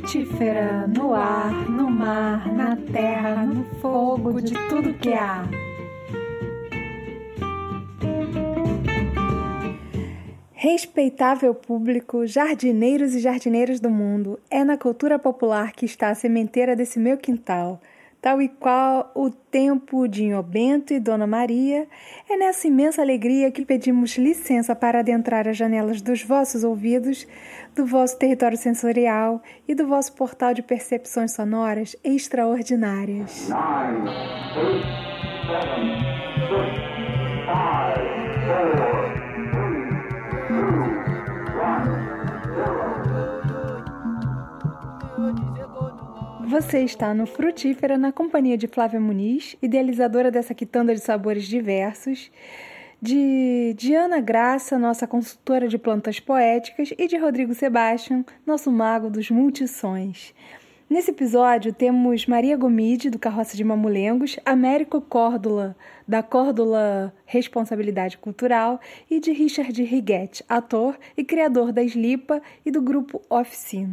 frutífera, no ar, no mar, na terra, no fogo, de tudo que há. Respeitável público, jardineiros e jardineiras do mundo, é na cultura popular que está a sementeira desse meu quintal. Tal e qual o tempo de Nhô Bento e Dona Maria, é nessa imensa alegria que pedimos licença para adentrar as janelas dos vossos ouvidos, do vosso território sensorial e do vosso portal de percepções sonoras extraordinárias. 9, 8, 7, 6, 5, 4, Você está no Frutífera na companhia de Flávia Muniz, idealizadora dessa quitanda de sabores diversos, de Diana Graça, nossa consultora de plantas poéticas, e de Rodrigo Sebastian, nosso mago dos multissons. Nesse episódio temos Maria Gomide, do Carroça de Mamulengos, Américo Córdula, da Córdula Responsabilidade Cultural, e de Richard Righetti, ator e criador da Slipa e do grupo Oficina.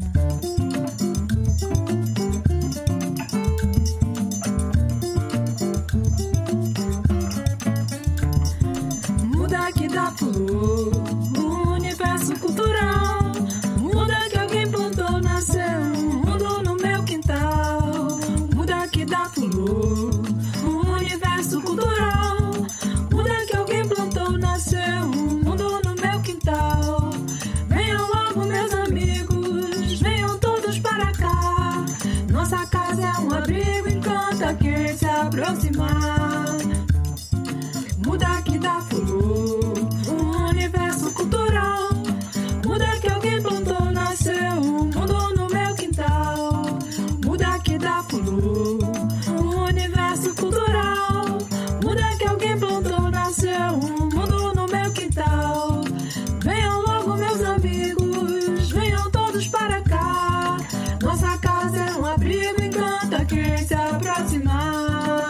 Muda que dá flor, o universo cultural. Muda que alguém plantou, nasceu um mundo no meu quintal. Muda que dá flor, o universo cultural. Muda que alguém plantou, nasceu um mundo no meu quintal. Venham logo meus amigos, venham todos para cá. Nossa casa é um abrigo, encanta quem se aproximar. Muda que dá flor, o universo cultural. Muda que alguém plantou, nasceu um mundo no meu quintal. Muda que dá flor, o universo cultural. Muda que alguém plantou, nasceu um mundo no meu quintal. Venham logo meus amigos, venham todos para cá. Nossa casa é um abrigo, encanta quem se aproximar.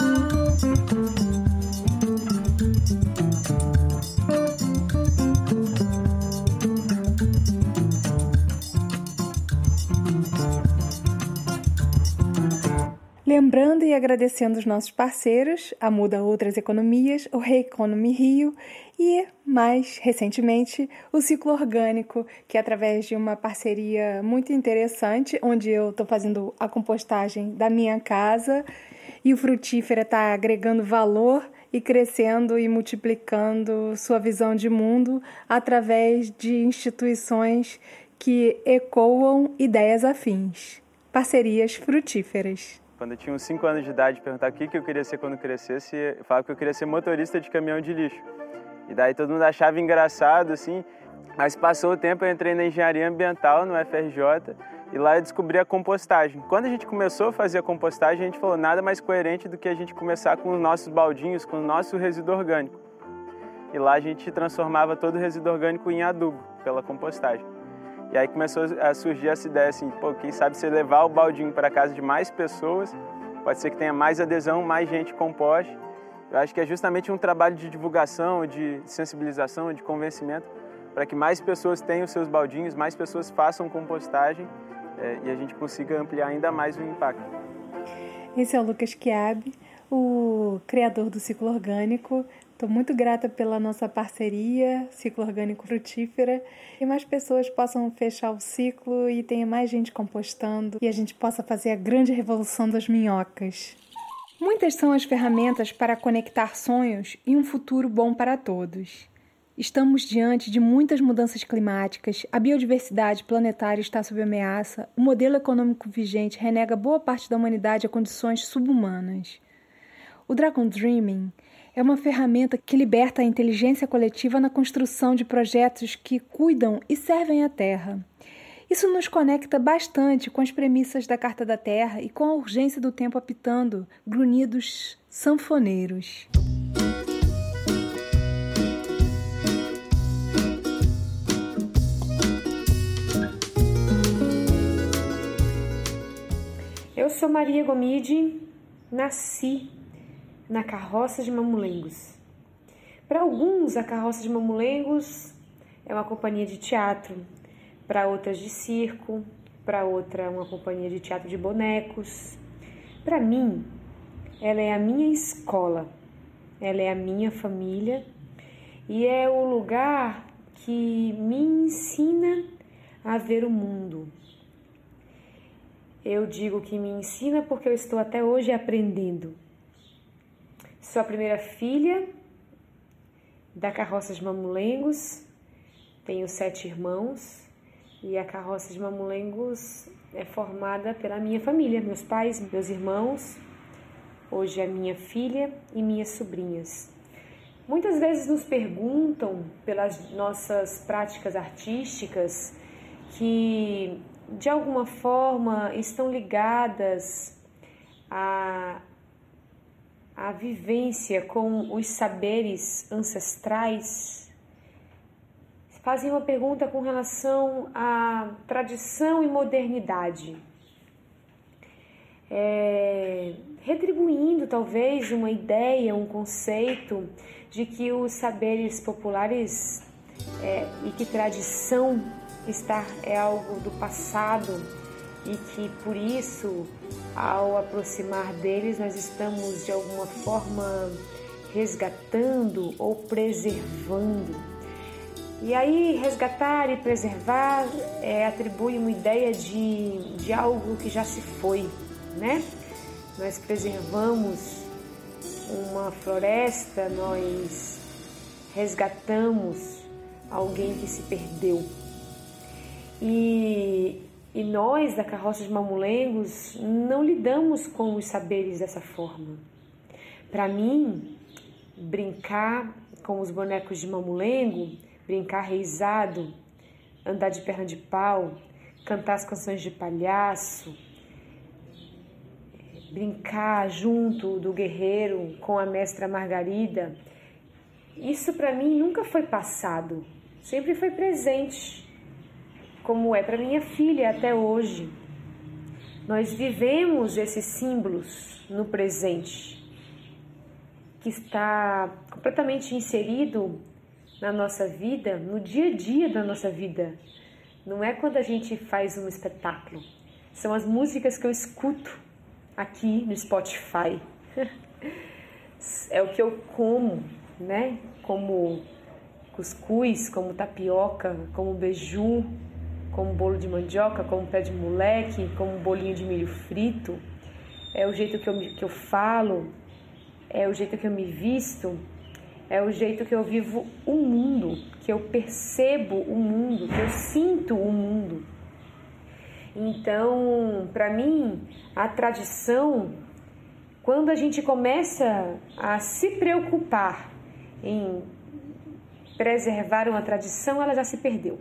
Lembrando e agradecendo os nossos parceiros, a Muda Outras Economias, o Reeconomy Rio e, mais recentemente, o Ciclo Orgânico, que através de uma parceria muito interessante, onde eu estou fazendo a compostagem da minha casa e o Frutífera está agregando valor e crescendo e multiplicando sua visão de mundo através de instituições que ecoam ideias afins. Parcerias frutíferas. Quando eu tinha uns 5 anos de idade, perguntar o que eu queria ser quando crescesse, eu falava que eu queria ser motorista de caminhão de lixo. E daí todo mundo achava engraçado, assim. Mas passou o tempo, eu entrei na engenharia ambiental, no FRJ, e lá eu descobri a compostagem. Quando a gente começou a fazer a compostagem, a gente falou nada mais coerente do que a gente começar com os nossos baldinhos, com o nosso resíduo orgânico. E lá a gente transformava todo o resíduo orgânico em adubo, pela compostagem. E aí começou a surgir essa ideia assim, quem sabe você levar o baldinho para casa de mais pessoas, pode ser que tenha mais adesão, mais gente composte. Eu acho que é justamente um trabalho de divulgação, de sensibilização, de convencimento, para que mais pessoas tenham os seus baldinhos, mais pessoas façam compostagem e a gente consiga ampliar ainda mais o impacto. Esse é o Lucas Chiabi, o criador do Ciclo Orgânico. Estou muito grata pela nossa parceria, Ciclo Orgânico Frutífera, e mais pessoas possam fechar o ciclo e tenha mais gente compostando e a gente possa fazer a grande revolução das minhocas. Muitas são as ferramentas para conectar sonhos e um futuro bom para todos. Estamos diante de muitas mudanças climáticas, a biodiversidade planetária está sob ameaça, o modelo econômico vigente renega boa parte da humanidade a condições subhumanas. O Dragon Dreaming é uma ferramenta que liberta a inteligência coletiva na construção de projetos que cuidam e servem a Terra. Isso nos conecta bastante com as premissas da Carta da Terra e com a urgência do tempo apitando, grunhidos sanfoneiros. Eu sou Maria Gomide, nasci na Carroça de Mamulengos. Para alguns, a Carroça de Mamulengos é uma companhia de teatro, para outras de circo, para outra uma companhia de teatro de bonecos. Para mim, ela é a minha escola, ela é a minha família e é o lugar que me ensina a ver o mundo. Eu digo que me ensina porque eu estou até hoje aprendendo. Sou a primeira filha da Carroça de Mamulengos, tenho 7 irmãos e a Carroça de Mamulengos é formada pela minha família, meus pais, meus irmãos, hoje a minha filha e minhas sobrinhas. Muitas vezes nos perguntam pelas nossas práticas artísticas que de alguma forma estão ligadas à vivência com os saberes ancestrais. Fazem uma pergunta com relação à tradição e modernidade, retribuindo talvez uma ideia, um conceito de que os saberes populares e que tradição é algo do passado e que por isso, ao aproximar deles, nós estamos de alguma forma resgatando ou preservando. E aí, resgatar e preservar atribui uma ideia de algo que já se foi, né? Nós preservamos uma floresta, nós resgatamos alguém que se perdeu. E nós, da Carroça de Mamulengos, não lidamos com os saberes dessa forma. Para mim, brincar com os bonecos de mamulengo, brincar reizado, andar de perna de pau, cantar as canções de palhaço, brincar junto do guerreiro com a mestra Margarida, isso para mim nunca foi passado, sempre foi presente, como é para minha filha até hoje. Nós vivemos esses símbolos no presente, que está completamente inserido na nossa vida, no dia a dia da nossa vida. Não é quando a gente faz um espetáculo, são as músicas que eu escuto aqui no Spotify. É o que eu como, né? Como cuscuz, como tapioca, como beiju, como bolo de mandioca, como pé de moleque, como bolinho de milho frito. É o jeito que eu falo, é o jeito que eu me visto, é o jeito que eu vivo o mundo, que eu percebo o mundo, que eu sinto o mundo. Então, para mim, a tradição, quando a gente começa a se preocupar em preservar uma tradição, ela já se perdeu.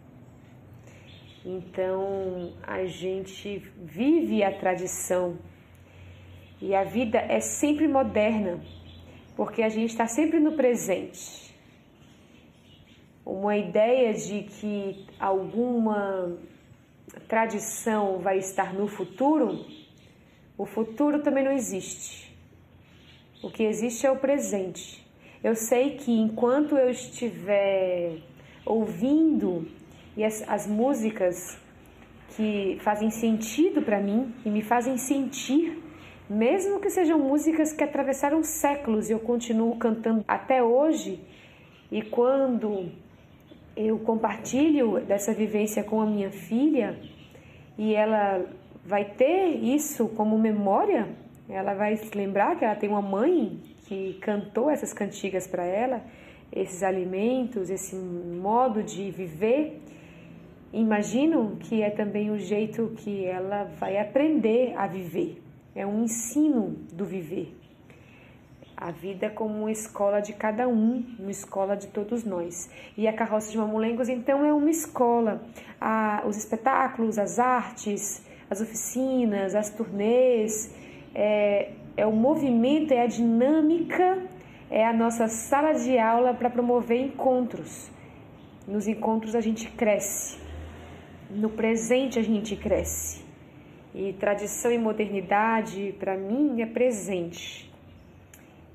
Então, a gente vive a tradição e a vida é sempre moderna, porque a gente está sempre no presente. Uma ideia de que alguma tradição vai estar no futuro, o futuro também não existe. O que existe é o presente. Eu sei que enquanto eu estiver ouvindo e as músicas que fazem sentido para mim e me fazem sentir, mesmo que sejam músicas que atravessaram séculos e eu continuo cantando até hoje, e quando eu compartilho dessa vivência com a minha filha e ela vai ter isso como memória, ela vai se lembrar que ela tem uma mãe que cantou essas cantigas para ela, esses alimentos, esse modo de viver. Imagino que é também o jeito que ela vai aprender a viver. É um ensino do viver. A vida como uma escola de cada um, uma escola de todos nós. E a Carroça de Mamulengos, então, é uma escola. Os espetáculos, as artes, as oficinas, as turnês, é o movimento, é a dinâmica, é a nossa sala de aula para promover encontros. Nos encontros a gente cresce. No presente a gente cresce. E tradição e modernidade, para mim, é presente.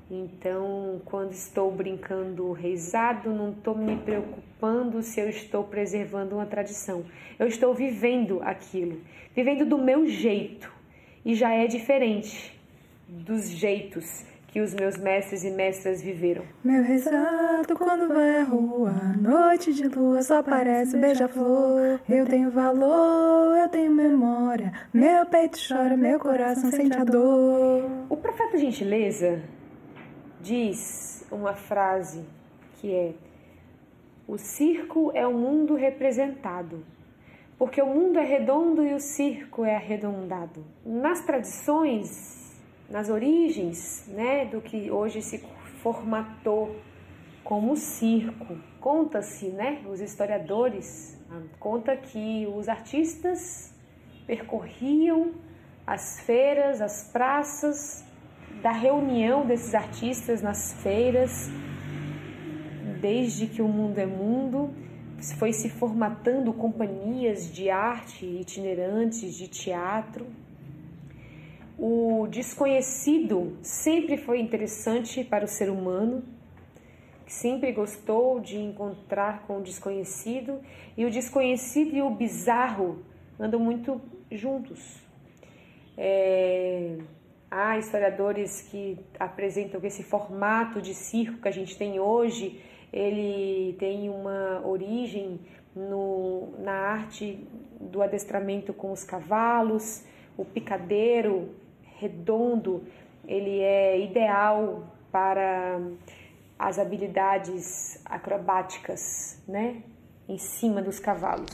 Então, quando estou brincando reizado, não estou me preocupando se eu estou preservando uma tradição. Eu estou vivendo aquilo, vivendo do meu jeito. E já é diferente dos jeitos que os meus mestres e mestras viveram. Meu reizado quando vai à rua, noite de lua só parece beija-flor. Eu tenho valor, eu tenho memória, meu peito chora, meu coração sente a dor. O Profeta Gentileza diz uma frase que é: o circo é o mundo representado, porque o mundo é redondo e o circo é arredondado. Nas tradições, nas origens, né, do que hoje se formatou como circo, conta-se, né, os historiadores, conta que os artistas percorriam as feiras, as praças, da reunião desses artistas nas feiras, desde que o mundo é mundo, foi se formatando companhias de arte itinerantes, de teatro. O desconhecido sempre foi interessante para o ser humano, que sempre gostou de encontrar com o desconhecido, e o desconhecido e o bizarro andam muito juntos. Há historiadores que apresentam que esse formato de circo que a gente tem hoje, ele tem uma origem na arte do adestramento com os cavalos. O picadeiro redondo, ele é ideal para as habilidades acrobáticas, né, em cima dos cavalos.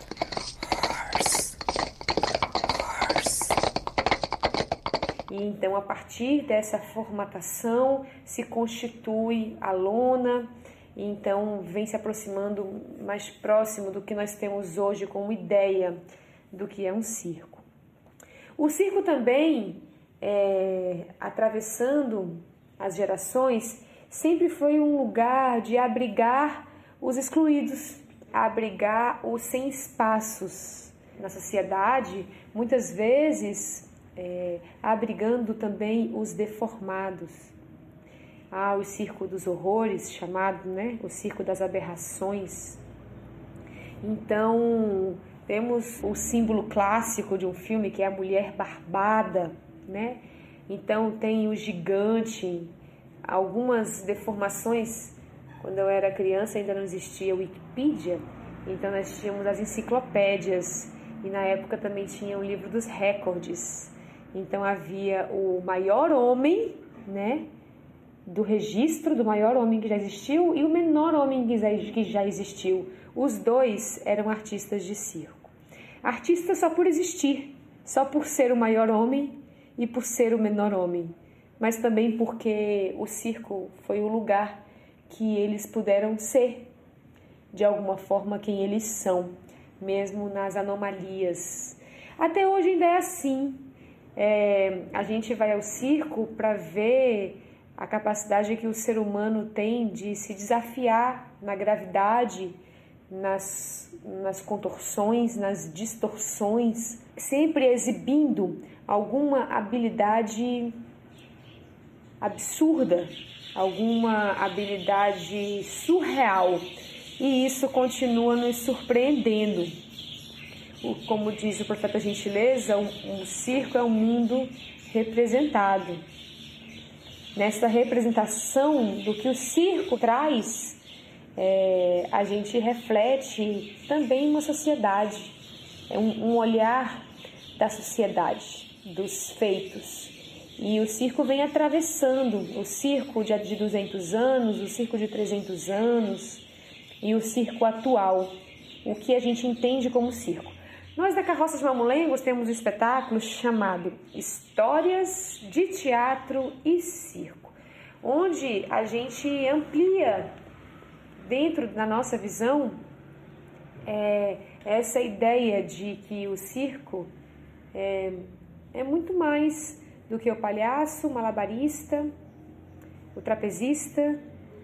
E então, a partir dessa formatação, se constitui a lona, e então vem se aproximando mais próximo do que nós temos hoje como ideia do que é um circo. O circo também, atravessando as gerações, sempre foi um lugar de abrigar os excluídos, abrigar os sem espaços na sociedade, muitas vezes abrigando também os deformados. Há o circo dos horrores, chamado, né, o circo das aberrações. Então, temos o símbolo clássico de um filme, que é a mulher barbada, né? Então, tem o gigante, algumas deformações. Quando eu era criança ainda não existia a Wikipedia, então nós tínhamos as enciclopédias, e na época também tinha o livro dos recordes. Então havia o maior homem, né, do registro do maior homem que já existiu e o menor homem que já existiu. Os dois eram artistas de circo. Artistas só por existir, só por ser o maior homem e por ser o menor homem, mas também porque o circo foi o lugar que eles puderam ser, de alguma forma, quem eles são, mesmo nas anomalias. Até hoje ainda é assim. A gente vai ao circo para ver a capacidade que o ser humano tem de se desafiar na gravidade, nas contorções, nas distorções, sempre exibindo alguma habilidade absurda, alguma habilidade surreal, e isso continua nos surpreendendo. Como diz o Profeta Gentileza, o circo é um mundo representado. Nessa representação do que o circo traz, a gente reflete também uma sociedade, um olhar da sociedade, dos feitos. E o circo vem atravessando, o circo de 200 anos, o circo de 300 anos e o circo atual, o que a gente entende como circo. Nós da Carroça de Mamulengos temos um espetáculo chamado Histórias de Teatro e Circo, onde a gente amplia, dentro da nossa visão, essa ideia de que o circo é muito mais do que o palhaço, o malabarista, o trapezista,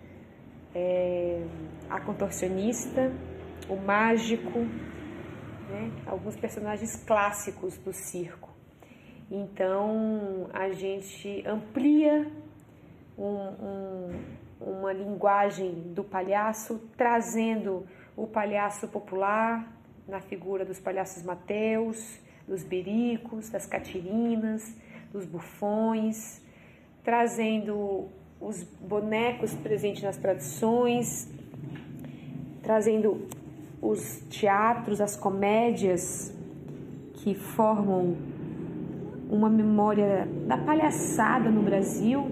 a contorcionista, o mágico, né? Alguns personagens clássicos do circo. Então, a gente amplia uma linguagem do palhaço, trazendo o palhaço popular na figura dos palhaços Mateus, dos bericos, das catirinas, dos bufões, trazendo os bonecos presentes nas tradições, trazendo os teatros, as comédias que formam uma memória da palhaçada no Brasil,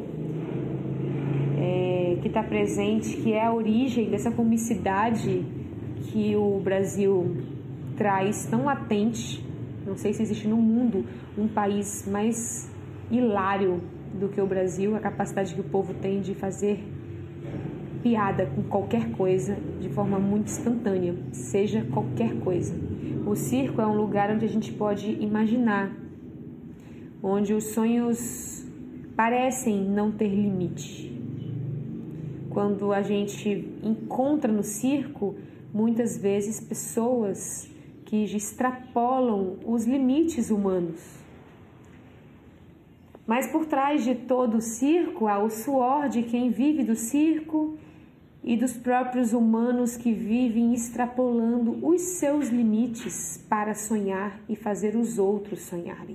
que está presente, que é a origem dessa comicidade que o Brasil traz tão latente. Não sei se existe no mundo um país mais hilário do que o Brasil, a capacidade que o povo tem de fazer piada com qualquer coisa de forma muito instantânea, seja qualquer coisa. O circo é um lugar onde a gente pode imaginar, onde os sonhos parecem não ter limite. Quando a gente encontra no circo, muitas vezes, pessoas que extrapolam os limites humanos. Mas por trás de todo o circo há o suor de quem vive do circo e dos próprios humanos que vivem extrapolando os seus limites para sonhar e fazer os outros sonharem.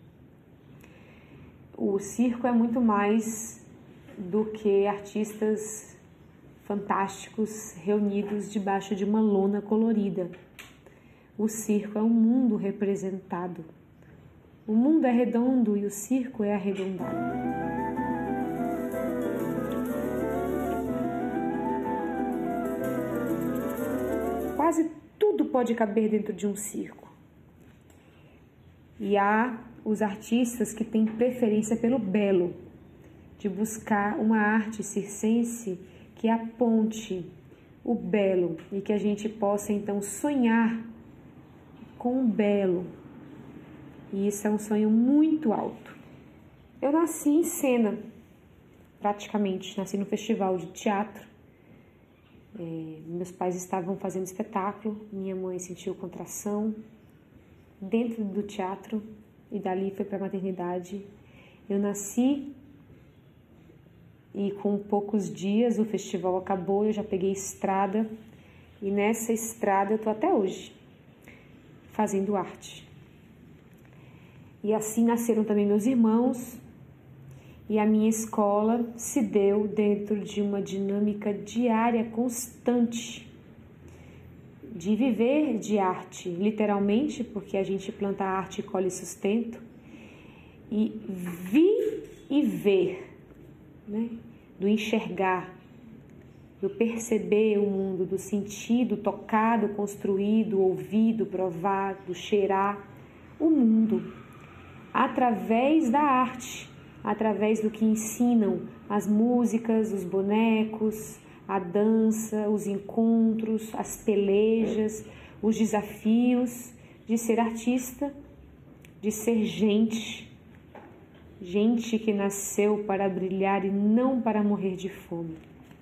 O circo é muito mais do que artistas fantásticos reunidos debaixo de uma lona colorida. O circo é um mundo representado. O mundo é redondo e o circo é arredondado. Quase tudo pode caber dentro de um circo. E há os artistas que têm preferência pelo belo, de buscar uma arte circense que aponte o belo e que a gente possa então sonhar com o belo. E isso é um sonho muito alto. Eu nasci em cena, praticamente, nasci no festival de teatro. Meus pais estavam fazendo espetáculo, minha mãe sentiu contração dentro do teatro e dali foi para a maternidade. Eu nasci e com poucos dias o festival acabou, eu já peguei estrada e nessa estrada eu estou até hoje fazendo arte. E assim nasceram também meus irmãos e a minha escola se deu dentro de uma dinâmica diária constante de viver de arte, literalmente, porque a gente planta arte e colhe sustento, e e ver, né? Do enxergar, do perceber o mundo, do sentido, tocado, construído, ouvido, provado, cheirar o mundo através da arte, através do que ensinam as músicas, os bonecos, a dança, os encontros, as pelejas, os desafios de ser artista, de ser gente que nasceu para brilhar e não para morrer de fome.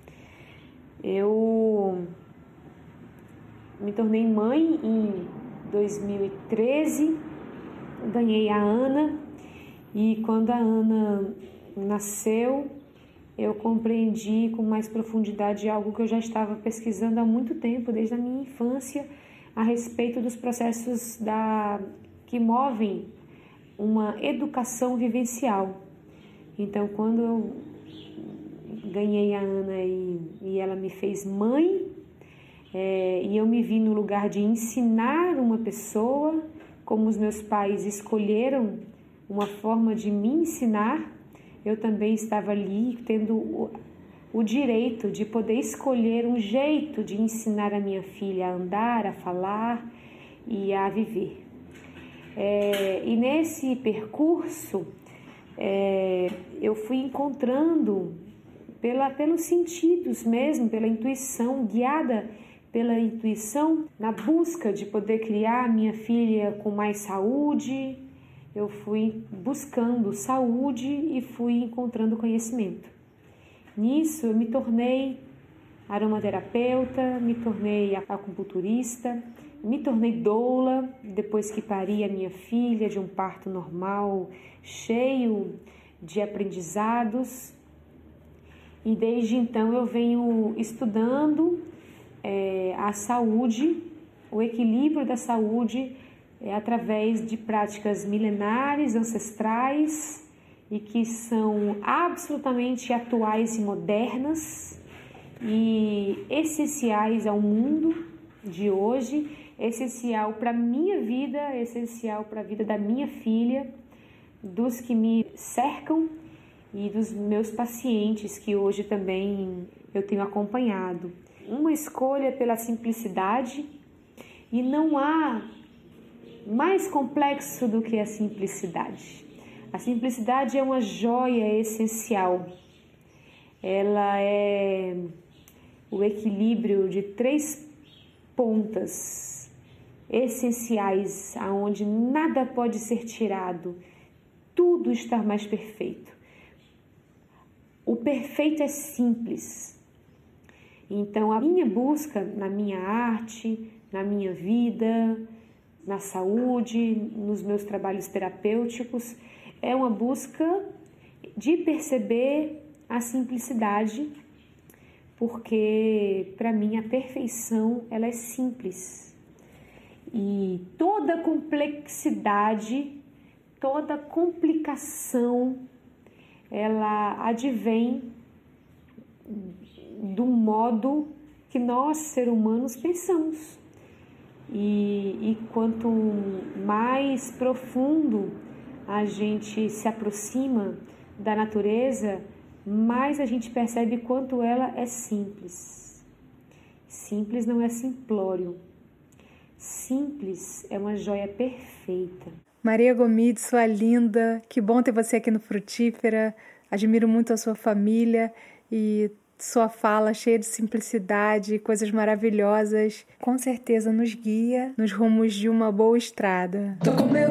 Eu me tornei mãe em 2013, ganhei a Ana e quando a Ana nasceu, eu compreendi com mais profundidade algo que eu já estava pesquisando há muito tempo, desde a minha infância, a respeito dos processos que movem uma educação vivencial. Então, quando eu ganhei a Ana e ela me fez mãe, e eu me vi no lugar de ensinar uma pessoa, como os meus pais escolheram uma forma de me ensinar, eu também estava ali tendo o direito de poder escolher um jeito de ensinar a minha filha a andar, a falar e a viver. E nesse percurso, eu fui encontrando, pelos sentidos mesmo, pela intuição, guiada pela intuição, na busca de poder criar a minha filha com mais saúde, eu fui buscando saúde e fui encontrando conhecimento. Nisso, eu me tornei aromaterapeuta, me tornei acupunturista, me tornei doula, depois que pari a minha filha de um parto normal, cheio de aprendizados. E desde então eu venho estudando a saúde, o equilíbrio da saúde, através de práticas milenares, ancestrais e que são absolutamente atuais e modernas e essenciais ao mundo de hoje, essencial para a minha vida, essencial para a vida da minha filha, dos que me cercam e dos meus pacientes que hoje também eu tenho acompanhado. Uma escolha pela simplicidade, e não há mais complexo do que a simplicidade. A simplicidade é uma joia essencial. Ela é o equilíbrio de 3 pontas essenciais, aonde nada pode ser tirado, tudo está mais perfeito. O perfeito é simples. Então, a minha busca na minha arte, na minha vida, na saúde, nos meus trabalhos terapêuticos, é uma busca de perceber a simplicidade, porque para mim a perfeição ela é simples. E toda complexidade, toda complicação, ela advém do modo que nós, seres humanos, pensamos. E quanto mais profundo a gente se aproxima da natureza, mais a gente percebe quanto ela é simples. Simples não é simplório. Simples é uma joia perfeita. Maria Gomide, sua linda, que bom ter você aqui no Frutífera. Admiro muito a sua família e sua fala cheia de simplicidade, coisas maravilhosas. Com certeza nos guia nos rumos de uma boa estrada. Tô com meu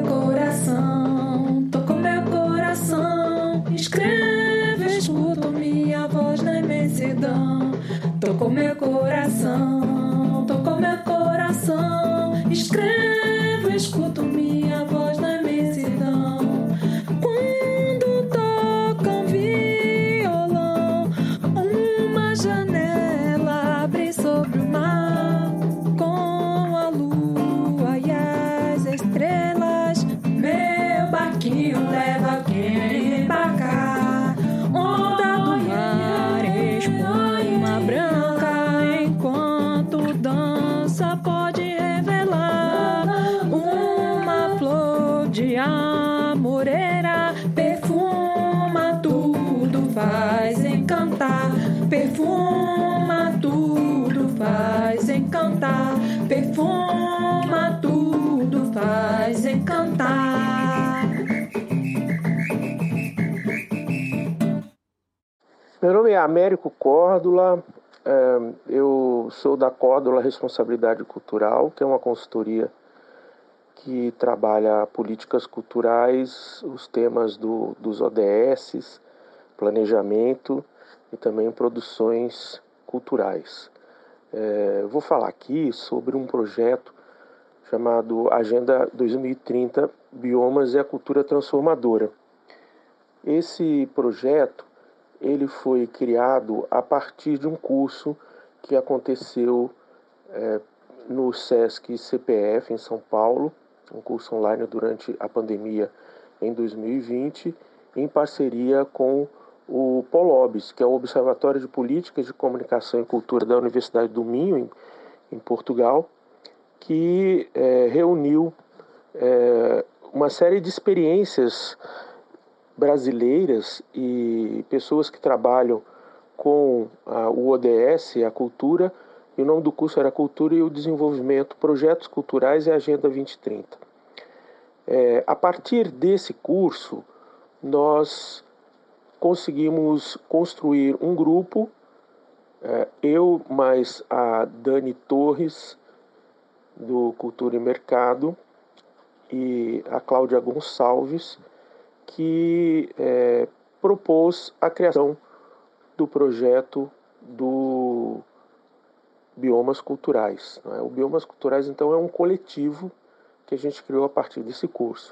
coração, escreve, escuto minha voz na imensidão. Tô com meu coração, escrevo, escuto minha voz na imensidão. Quando tocam violão, uma janela abre sobre o mar, com a lua e as estrelas. Meu barquinho leva quem embarcar, onda do mar, espuma branca, enquanto dança pode revelar uma flor de amoreira, perfuma tudo, faz encantar, perfuma tudo, faz encantar, perfuma tudo, faz encantar. Meu nome é Américo Córdula, eu sou da Córdula Responsabilidade Cultural, que é uma consultoria que trabalha políticas culturais, os temas dos ODSs, planejamento e também produções culturais. Vou falar aqui sobre um projeto chamado Agenda 2030, Biomas e a Cultura Transformadora. Esse projeto ele foi criado a partir de um curso que aconteceu no SESC CPF em São Paulo, um curso online durante a pandemia em 2020, em parceria com o POLOBS, que é o Observatório de Políticas de Comunicação e Cultura da Universidade do Minho, em Portugal, que reuniu uma série de experiências brasileiras e pessoas que trabalham com o ODS, a cultura, e o nome do curso era Cultura e o Desenvolvimento, Projetos Culturais e Agenda 2030. A partir desse curso, nós conseguimos construir um grupo, eu mais a Dani Torres, do Cultura e Mercado, e a Cláudia Gonçalves, que propôs a criação do projeto do Biomas Culturais. O Biomas Culturais, então, é um coletivo que a gente criou a partir desse curso.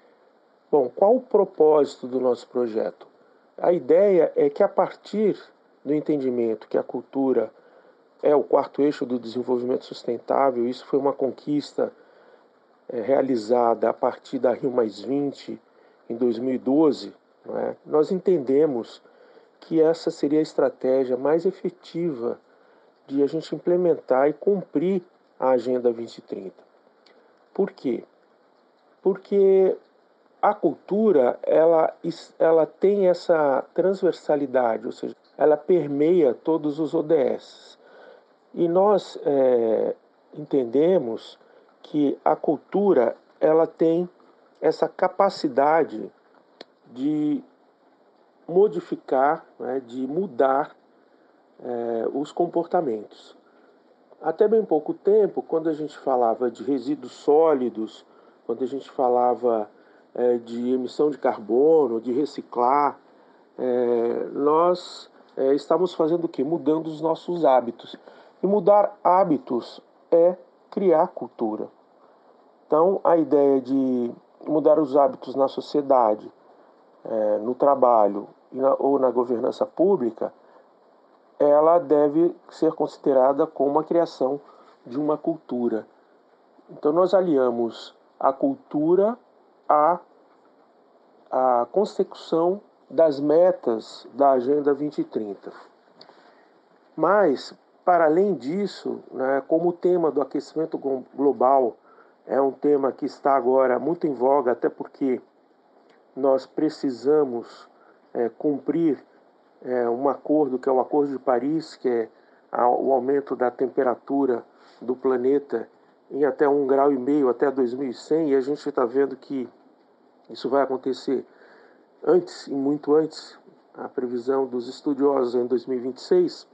Bom, qual o propósito do nosso projeto? A ideia é que, a partir do entendimento que a cultura é o quarto eixo do desenvolvimento sustentável. Isso foi uma conquista realizada a partir da Rio+20 em 2012, não é? Nós entendemos que essa seria a estratégia mais efetiva de a gente implementar e cumprir a Agenda 2030. Por quê? Porque a cultura ela tem essa transversalidade, ou seja, ela permeia todos os ODS. E nós entendemos que a cultura ela tem essa capacidade de modificar, né, de mudar os comportamentos. Até bem pouco tempo, quando a gente falava de resíduos sólidos, quando a gente falava de emissão de carbono, de reciclar, nós estamos fazendo o quê? Mudando os nossos hábitos. E mudar hábitos é criar cultura. Então, a ideia de mudar os hábitos na sociedade, no trabalho ou na governança pública, ela deve ser considerada como a criação de uma cultura. Então, nós aliamos a cultura à consecução das metas da Agenda 2030. Mas, para além disso, né, como o tema do aquecimento global é um tema que está agora muito em voga, até porque nós precisamos cumprir um acordo, que é o Acordo de Paris, que é o aumento da temperatura do planeta em até 1,5 graus até 2100, e a gente está vendo que isso vai acontecer antes, e muito antes, a previsão dos estudiosos é em 2026.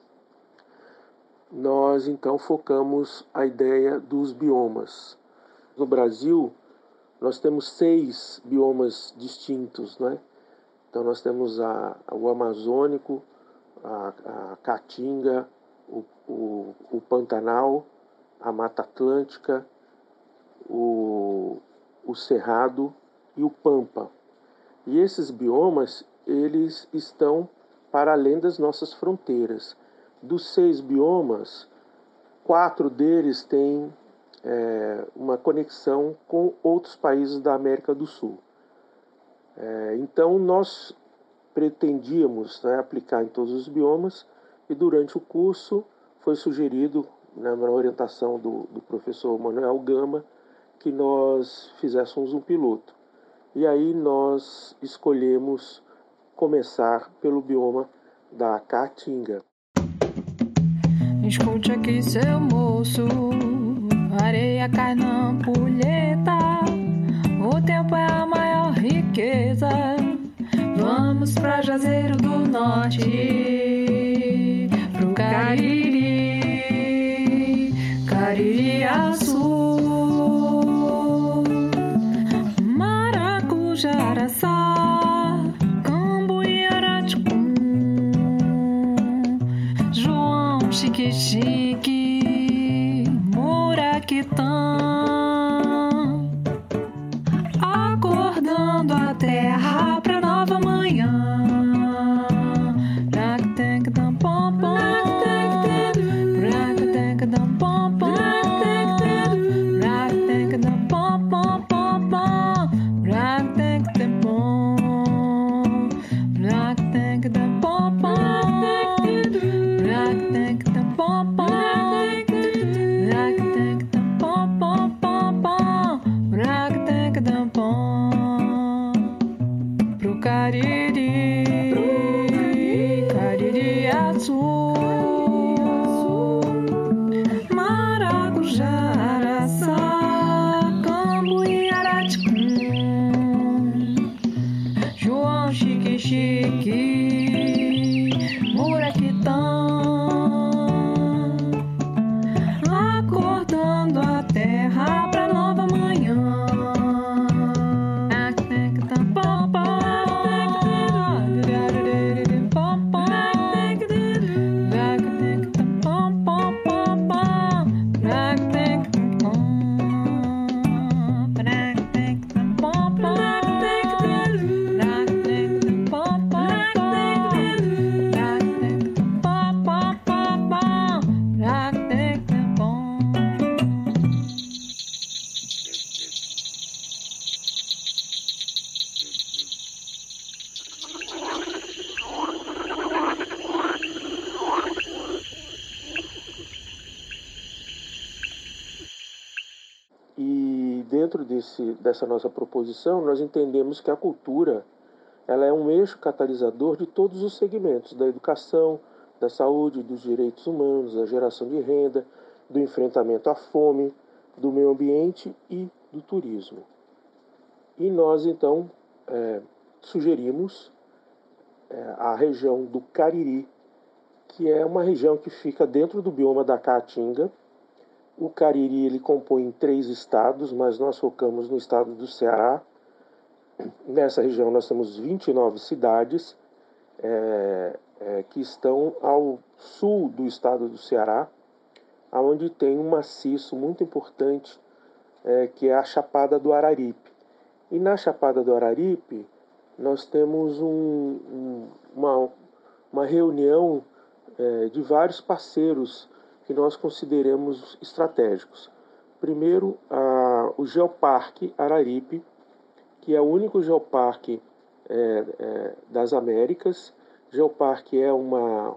Nós então focamos a ideia dos biomas. No Brasil, nós temos 6 biomas distintos, né? Então nós temos o Amazônico, a Caatinga, o Pantanal, a Mata Atlântica, o Cerrado e o Pampa. E esses biomas, eles estão para além das nossas fronteiras. Dos 6 biomas, 4 deles têm uma conexão com outros países da América do Sul. Então, nós pretendíamos, né, aplicar em todos os biomas, e durante o curso foi sugerido, né, na orientação do professor Manuel Gama, que nós fizéssemos um piloto. E aí nós escolhemos começar pelo bioma da Caatinga. Escute aqui, seu moço, areia cai na ampulheta, o tempo é a maior riqueza. Vamos pra Juazeiro do Norte, pro Cariri, Caririaçu, Maracujaraçá, Cambuí, Araticum, João Chique-Chique, Muraquitã, acordando a terra pra nova manhã. dentro dessa nossa proposição, nós entendemos que a cultura ela é um eixo catalisador de todos os segmentos, da educação, da saúde, dos direitos humanos, da geração de renda, do enfrentamento à fome, do meio ambiente e do turismo. E nós, então, sugerimos a região do Cariri, que é uma região que fica dentro do bioma da Caatinga. O Cariri ele compõe 3 estados, mas nós focamos no estado do Ceará. Nessa região nós temos 29 cidades que estão ao sul do estado do Ceará, onde tem um maciço muito importante, que é a Chapada do Araripe. E na Chapada do Araripe nós temos uma reunião de vários parceiros que nós consideramos estratégicos. Primeiro, o Geoparque Araripe, que é o único geoparque das Américas. Geoparque é uma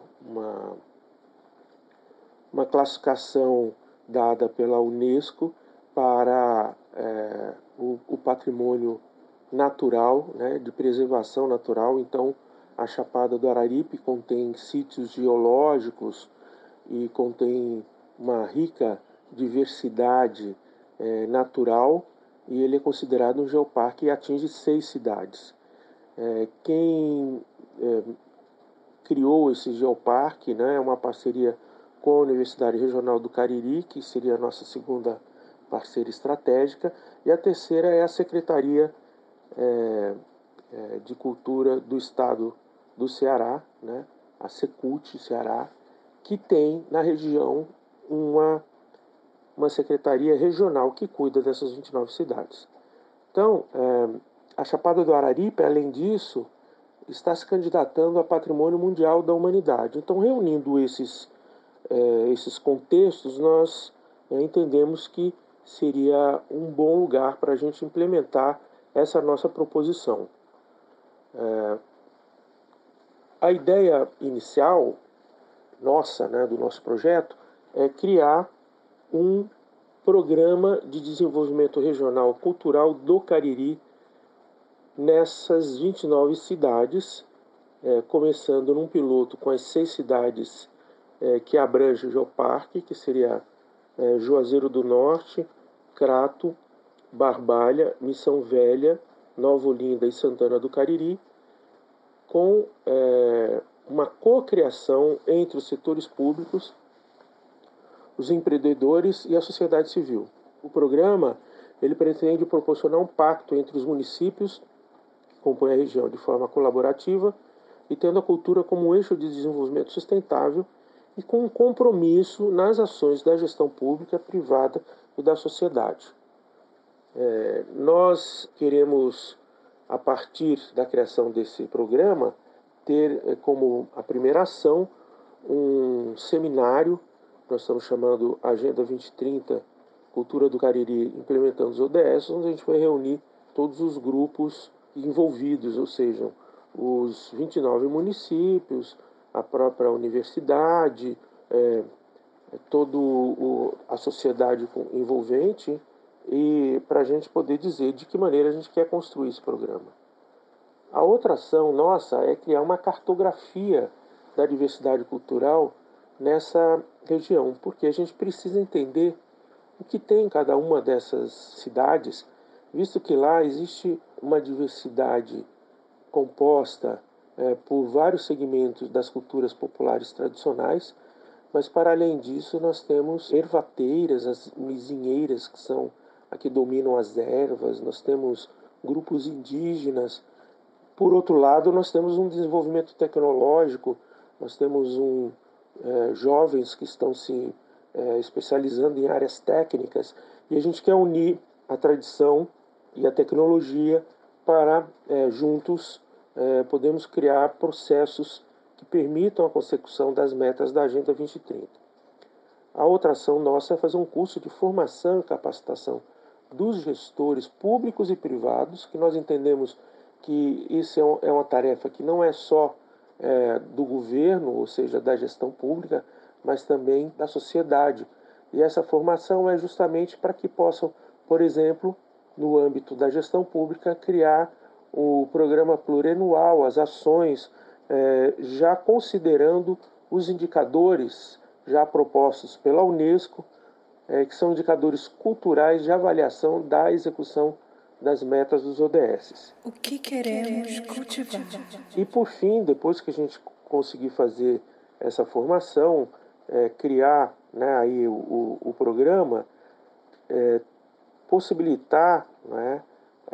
classificação dada pela Unesco para o patrimônio natural, né, de preservação natural. Então, a Chapada do Araripe contém sítios geológicos e contém uma rica diversidade natural, e ele é considerado um geoparque e atinge 6 cidades. Quem criou esse geoparque, né, é uma parceria com a Universidade Regional do Cariri, que seria a nossa segunda parceira estratégica, e a terceira é a Secretaria de Cultura do Estado do Ceará, né, a Secult Ceará, que tem na região uma secretaria regional que cuida dessas 29 cidades. Então, a Chapada do Araripe, além disso, está se candidatando a Patrimônio Mundial da Humanidade. Então, reunindo esses contextos, nós entendemos que seria um bom lugar para a gente implementar essa nossa proposição. A ideia inicial nossa, né, do nosso projeto, é criar um programa de desenvolvimento regional cultural do Cariri nessas 29 cidades, começando num piloto com as 6 cidades que abrange o Geoparque, que seria Juazeiro do Norte, Crato, Barbalha, Missão Velha, Nova Olinda e Santana do Cariri, com uma cocriação entre os setores públicos, os empreendedores e a sociedade civil. O programa ele pretende proporcionar um pacto entre os municípios que compõem a região de forma colaborativa e tendo a cultura como um eixo de desenvolvimento sustentável e com um compromisso nas ações da gestão pública, privada e da sociedade. Nós queremos, a partir da criação desse programa, ter como a primeira ação um seminário, nós estamos chamando Agenda 2030, Cultura do Cariri implementando os ODS, onde a gente vai reunir todos os grupos envolvidos, ou seja, os 29 municípios, a própria universidade, toda a sociedade envolvente, e para a gente poder dizer de que maneira a gente quer construir esse programa. A outra ação nossa é criar uma cartografia da diversidade cultural nessa região, porque a gente precisa entender o que tem em cada uma dessas cidades, visto que lá existe uma diversidade composta por vários segmentos das culturas populares tradicionais, mas para além disso nós temos ervateiras, as mizinheiras, que são a que dominam as ervas, nós temos grupos indígenas. Por outro lado, nós temos um desenvolvimento tecnológico, nós temos jovens que estão se especializando em áreas técnicas, e a gente quer unir a tradição e a tecnologia para, juntos, podermos criar processos que permitam a consecução das metas da Agenda 2030. A outra ação nossa é fazer um curso de formação e capacitação dos gestores públicos e privados, que nós entendemos que isso é uma tarefa que não é só do governo, ou seja, da gestão pública, mas também da sociedade. E essa formação é justamente para que possam por exemplo, no âmbito da gestão pública, criar o programa plurianual, as ações, já considerando os indicadores já propostos pela Unesco, que são indicadores culturais de avaliação da execução das metas dos ODS. O que queremos cultivar? E por fim, depois que a gente conseguir fazer essa formação, criar, né, aí o programa, possibilitar, né,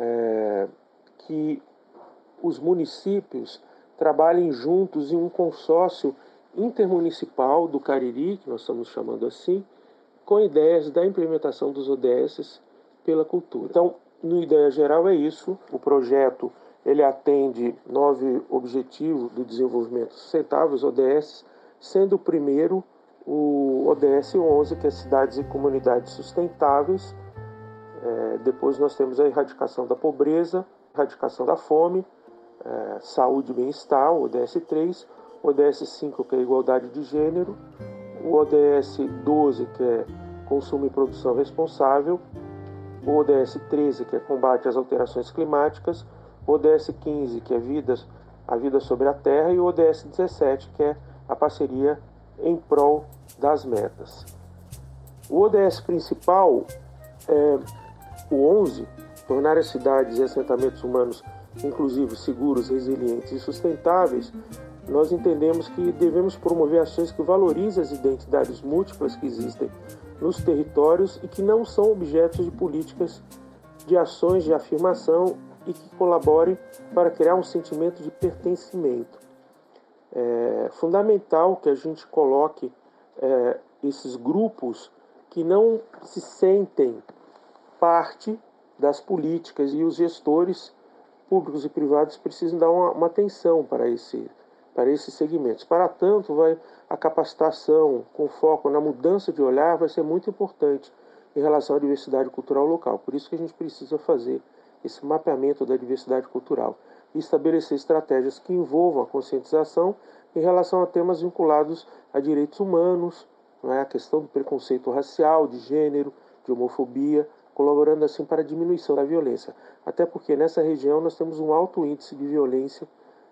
que os municípios trabalhem juntos em um consórcio intermunicipal do Cariri, que nós estamos chamando assim, com ideias da implementação dos ODS pela cultura. Então, no ideia geral é isso. O projeto ele atende 9 objetivos do desenvolvimento sustentável, os ODS, sendo o primeiro o ODS 11, que é Cidades e Comunidades Sustentáveis. Depois nós temos a erradicação da pobreza, erradicação da fome, saúde e bem-estar, o ODS 3, o ODS 5, que é a igualdade de gênero, o ODS 12, que é consumo e produção responsável, o ODS 13, que é combate às alterações climáticas, o ODS 15, que é a vida sobre a terra, e o ODS 17, que é a parceria em prol das metas. O ODS principal é o 11, tornar as cidades e assentamentos humanos inclusivos, seguros, resilientes e sustentáveis. Nós entendemos que devemos promover ações que valorizem as identidades múltiplas que existem nos territórios e que não são objetos de políticas de ações de afirmação e que colaborem para criar um sentimento de pertencimento. É fundamental que a gente coloque esses grupos que não se sentem parte das políticas, e os gestores públicos e privados precisam dar uma atenção para esses segmentos. Para tanto, a capacitação com foco na mudança de olhar vai ser muito importante em relação à diversidade cultural local. Por isso que a gente precisa fazer esse mapeamento da diversidade cultural e estabelecer estratégias que envolvam a conscientização em relação a temas vinculados a direitos humanos, a questão do preconceito racial, de gênero, de homofobia, colaborando assim para a diminuição da violência. Até porque nessa região nós temos um alto índice de violência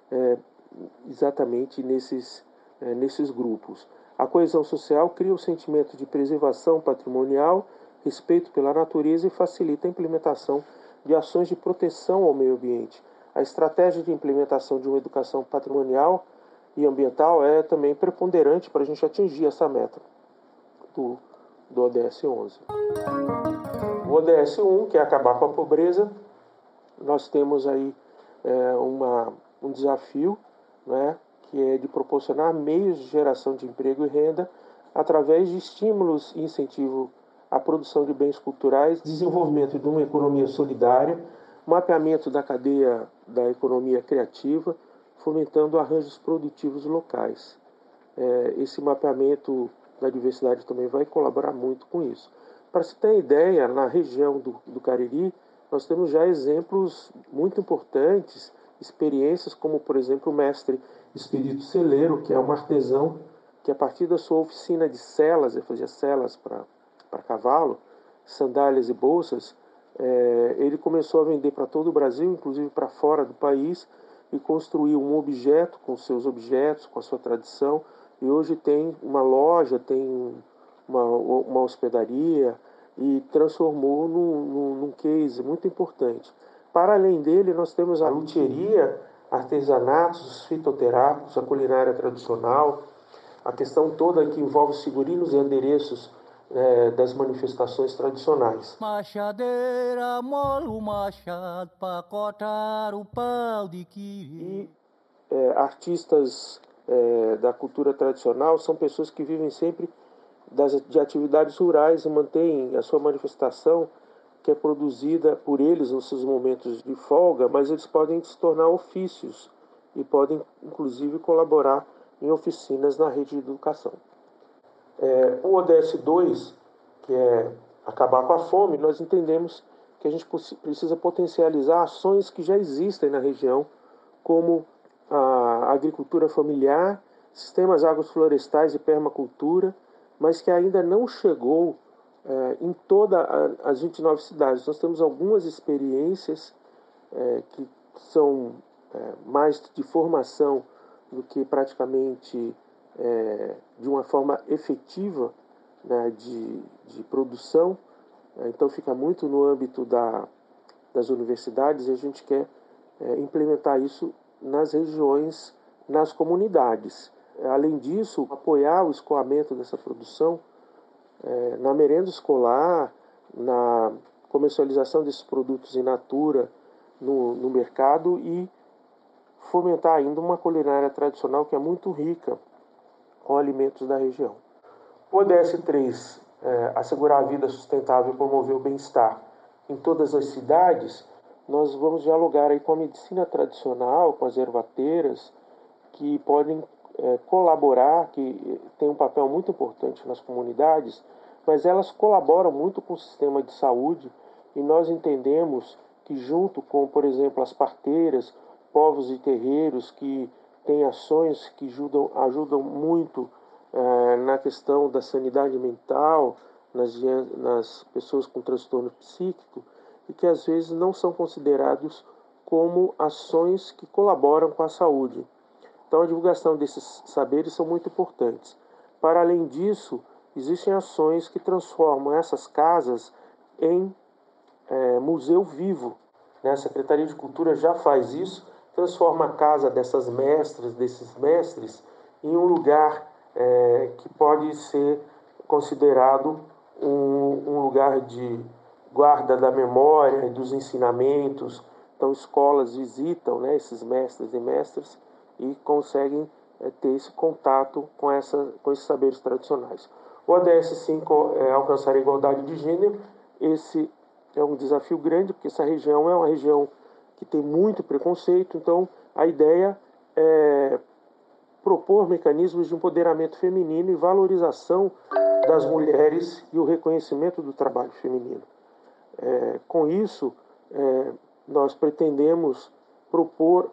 exatamente nesses grupos. A coesão social cria o sentimento de preservação patrimonial, respeito pela natureza e facilita a implementação de ações de proteção ao meio ambiente. A estratégia de implementação de uma educação patrimonial e ambiental é também preponderante para a gente atingir essa meta do ODS 11. O ODS 1, que é acabar com a pobreza, nós temos aí um desafio, né, que é de proporcionar meios de geração de emprego e renda através de estímulos e incentivo à produção de bens culturais, desenvolvimento de uma economia solidária, mapeamento da cadeia da economia criativa, fomentando arranjos produtivos locais. Esse mapeamento da diversidade também vai colaborar muito com isso. Para se ter ideia, na região do Cariri, nós temos já exemplos muito importantes, experiências como, por exemplo, o mestre Expedito Celeiro, que é um artesão que, a partir da sua oficina de celas, ele fazia celas para cavalo, sandálias e bolsas, ele começou a vender para todo o Brasil, inclusive para fora do país, e construiu um objeto com seus objetos, com a sua tradição, e hoje tem uma loja, tem uma hospedaria, e transformou num case muito importante. Para além dele, nós temos a luthieria, artesanatos, os fitoterápicos, a culinária tradicional, a questão toda que envolve os figurinos e adereços das manifestações tradicionais. Machadeira, molo machado, para cortar o pau de quiri. Artistas da cultura tradicional são pessoas que vivem sempre de atividades rurais e mantêm a sua manifestação, que é produzida por eles nos seus momentos de folga, mas eles podem se tornar ofícios e podem, inclusive, colaborar em oficinas na rede de educação. O ODS 2, que é acabar com a fome, nós entendemos que a gente precisa potencializar ações que já existem na região, como a agricultura familiar, sistemas agroflorestais e permacultura, mas que ainda não chegou em todas as 29 cidades. Nós temos algumas experiências que são mais de formação do que praticamente de uma forma efetiva, né, de produção. Então fica muito no âmbito das universidades, e a gente quer implementar isso nas regiões, nas comunidades. Além disso, apoiar o escoamento dessa produção na merenda escolar, na comercialização desses produtos in natura no mercado, e fomentar ainda uma culinária tradicional que é muito rica com alimentos da região. O ODS 3, assegurar a vida sustentável e promover o bem-estar em todas as cidades. Nós vamos dialogar aí com a medicina tradicional, com as ervateiras, que podem colaborar, que tem um papel muito importante nas comunidades, mas elas colaboram muito com o sistema de saúde, e nós entendemos que, junto com, por exemplo, as parteiras, povos e terreiros, que têm ações que ajudam muito na questão da sanidade mental, nas pessoas com transtorno psíquico, e que às vezes não são considerados como ações que colaboram com a saúde. Então a divulgação desses saberes são muito importantes. Para além disso, existem ações que transformam essas casas em museu vivo. A Secretaria de Cultura já faz isso, transforma a casa dessas mestras, desses mestres, em um lugar que pode ser considerado um lugar de guarda da memória e dos ensinamentos. Então escolas visitam, né, esses mestres e mestras, e conseguem ter esse contato com esses saberes tradicionais. O ODS 5 é alcançar a igualdade de gênero. Esse é um desafio grande, porque essa região é uma região que tem muito preconceito. Então a ideia é propor mecanismos de empoderamento feminino e valorização das mulheres e o reconhecimento do trabalho feminino. Com isso, nós pretendemos propor,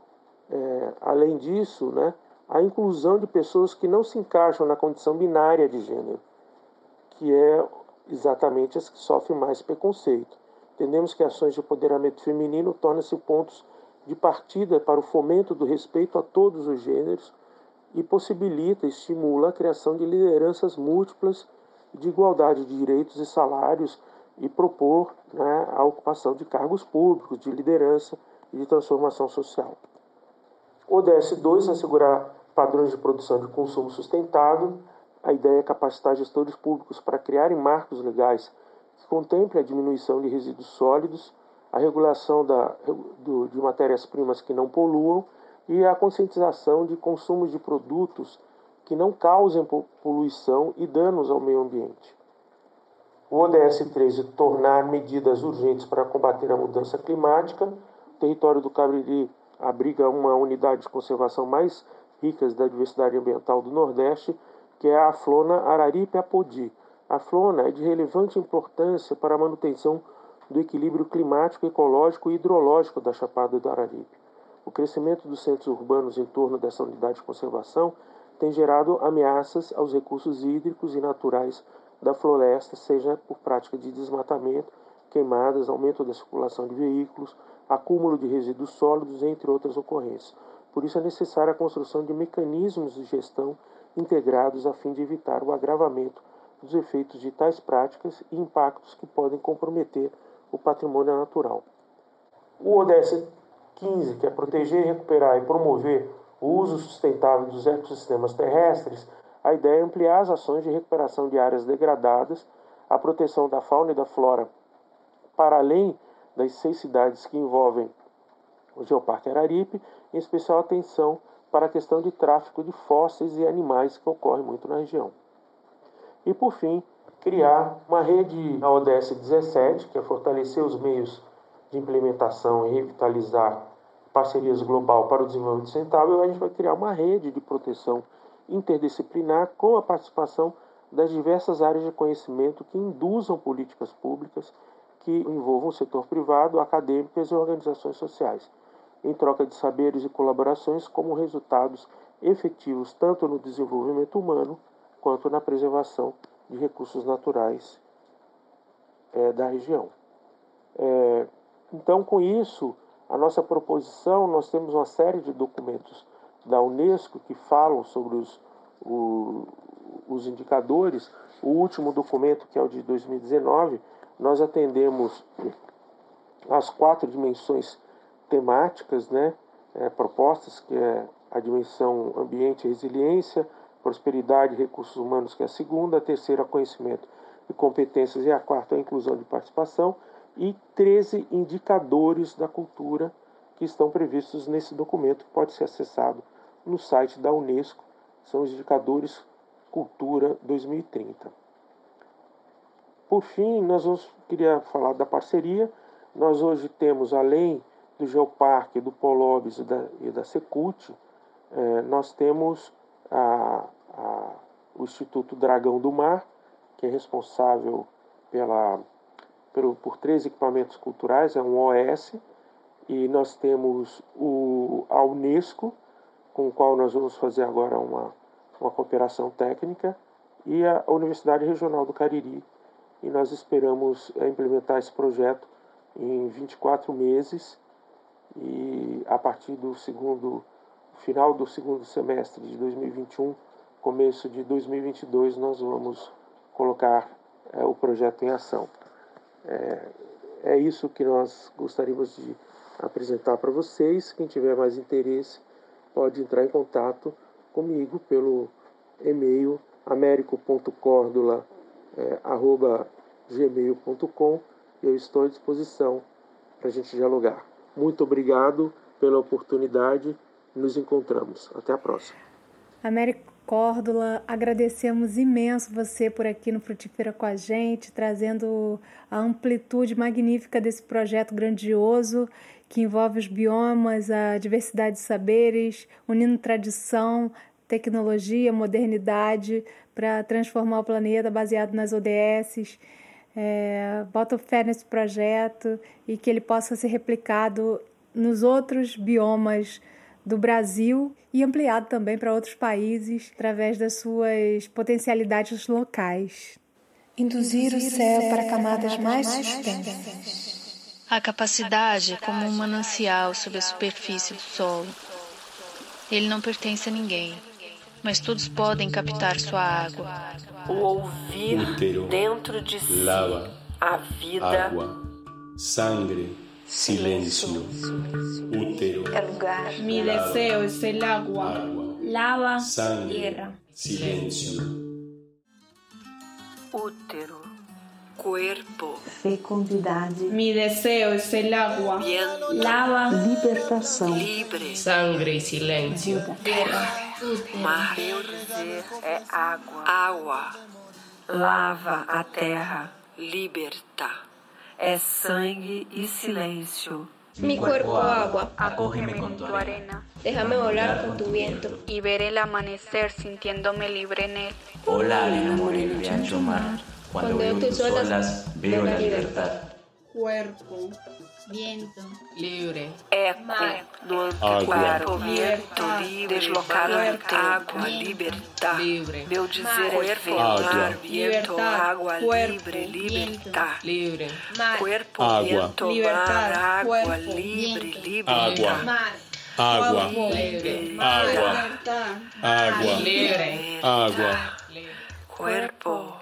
além disso, né, a inclusão de pessoas que não se encaixam na condição binária de gênero, que é exatamente as que sofrem mais preconceito. Entendemos que ações de empoderamento feminino tornam-se pontos de partida para o fomento do respeito a todos os gêneros e possibilita, estimula a criação de lideranças múltiplas, de igualdade de direitos e salários, e propor, né, a ocupação de cargos públicos, de liderança e de transformação social. O ODS 2, assegurar padrões de produção e de consumo sustentável. A ideia é capacitar gestores públicos para criarem marcos legais que contemplem a diminuição de resíduos sólidos, a regulação de matérias-primas que não poluam e a conscientização de consumo de produtos que não causem poluição e danos ao meio ambiente. O ODS 3 é tornar medidas urgentes para combater a mudança climática. O território do Cariri abriga uma unidade de conservação mais rica da diversidade ambiental do Nordeste, que é a Aflona Araripe-Apodi. A Aflona é de relevante importância para a manutenção do equilíbrio climático, ecológico e hidrológico da Chapada do Araripe. O crescimento dos centros urbanos em torno dessa unidade de conservação tem gerado ameaças aos recursos hídricos e naturais da floresta, seja por prática de desmatamento, queimadas, aumento da circulação de veículos, acúmulo de resíduos sólidos, entre outras ocorrências. Por isso é necessária a construção de mecanismos de gestão integrados a fim de evitar o agravamento dos efeitos de tais práticas e impactos que podem comprometer o patrimônio natural. O ODS 15, que é proteger, recuperar e promover o uso sustentável dos ecossistemas terrestres, a ideia é ampliar as ações de recuperação de áreas degradadas, a proteção da fauna e da flora, para além das 6 cidades que envolvem o Geoparque Araripe, em especial atenção para a questão de tráfico de fósseis e animais que ocorre muito na região. E, por fim, criar uma rede na ODS 17, que é fortalecer os meios de implementação e revitalizar parcerias global para o desenvolvimento sustentável. A gente vai criar uma rede de proteção interdisciplinar com a participação das diversas áreas de conhecimento que induzam políticas públicas que envolvam o setor privado, acadêmicas e organizações sociais, em troca de saberes e colaborações como resultados efetivos tanto no desenvolvimento humano quanto na preservação de recursos naturais da região. Então, com isso, a nossa proposição, nós temos uma série de documentos da Unesco que falam sobre os indicadores. O último documento, que é o de 2019, nós atendemos as 4 dimensões temáticas, né, propostas, que é a dimensão ambiente e resiliência, prosperidade e recursos humanos, que é a segunda, a terceira, conhecimento e competências, e a quarta, a inclusão de participação, e 13 indicadores da cultura que estão previstos nesse documento, que pode ser acessado no site da Unesco. São os indicadores Cultura 2030. Por fim, queria falar da parceria. Nós hoje temos, além do Geoparque, do Polobis e da Secult, nós temos o Instituto Dragão do Mar, que é responsável por 3 equipamentos culturais, é um OS, e nós temos a Unesco, com o qual nós vamos fazer agora uma cooperação técnica, e a Universidade Regional do Cariri, e nós esperamos implementar esse projeto em 24 meses, e a partir do final do segundo semestre de 2021, começo de 2022, nós vamos colocar o projeto em ação. É isso que nós gostaríamos de apresentar para vocês. Quem tiver mais interesse pode entrar em contato comigo pelo e-mail americo.cordula@gmail.com, e eu estou à disposição para a gente dialogar. Muito obrigado pela oportunidade. Nos encontramos. Até a próxima. Américo Córdula, agradecemos imenso você por aqui no Frutífera com a gente, trazendo a amplitude magnífica desse projeto grandioso que envolve os biomas, a diversidade de saberes, unindo tradição, tecnologia, modernidade para transformar o planeta baseado nas ODS. Boto fé nesse projeto e que ele possa ser replicado nos outros biomas do Brasil e ampliado também para outros países através das suas potencialidades locais. Induzir o céu para camadas mais suspensas. A capacidade é como um manancial sob a superfície do solo. Ele não pertence a ninguém, mas todos podem captar sua água. O ouvir útero, dentro de si, lava, a vida, água, sangue, silêncio, útero, é lugar. Mi deseo es el agua, lava, sangue, tierra, silêncio. Útero, corpo, fecundidade. Mi deseo es el agua, viento, lava, libertação, livre, sangue e silêncio, terra, mar. Meu dizer é água, lava a terra, liberta. É sangue y silêncio. Mi cuerpo agua, acógeme con tu arena, déjame volar con tu viento y ver el amanecer sintiéndome libre en él. Hola arena morena y ancho mar, cuando veo tus olas veo la libertad. Cuerpo, viento, libre, eco no antequário, viento livre, deslocado, água, libertar, livre, meu dizer é mar, viento, água, livre, libertar, livre, corpo, viento, mar, água, livre, libertar, água, livre, água, livre, água, corpo,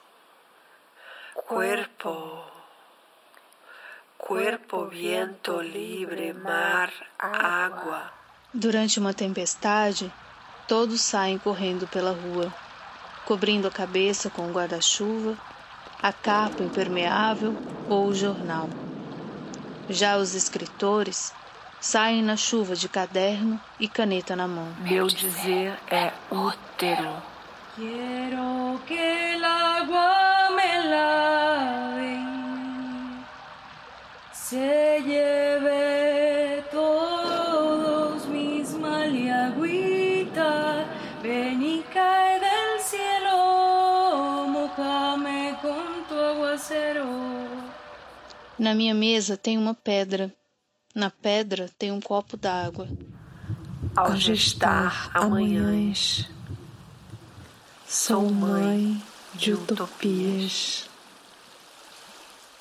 viento, livre, mar, água. Durante uma tempestade, todos saem correndo pela rua, cobrindo a cabeça com o guarda-chuva, a capa impermeável ou o jornal. Já os escritores saem na chuva de caderno e caneta na mão. Meu dizer é útero. Quero que el agua me lave, se lleve todos mis mal y agüita, ven y cae del cielo, mojame con tu aguacero. Na minha mesa tem uma pedra, na pedra tem um copo d'água. Ao gestar amanhãs, sou mãe de utopias.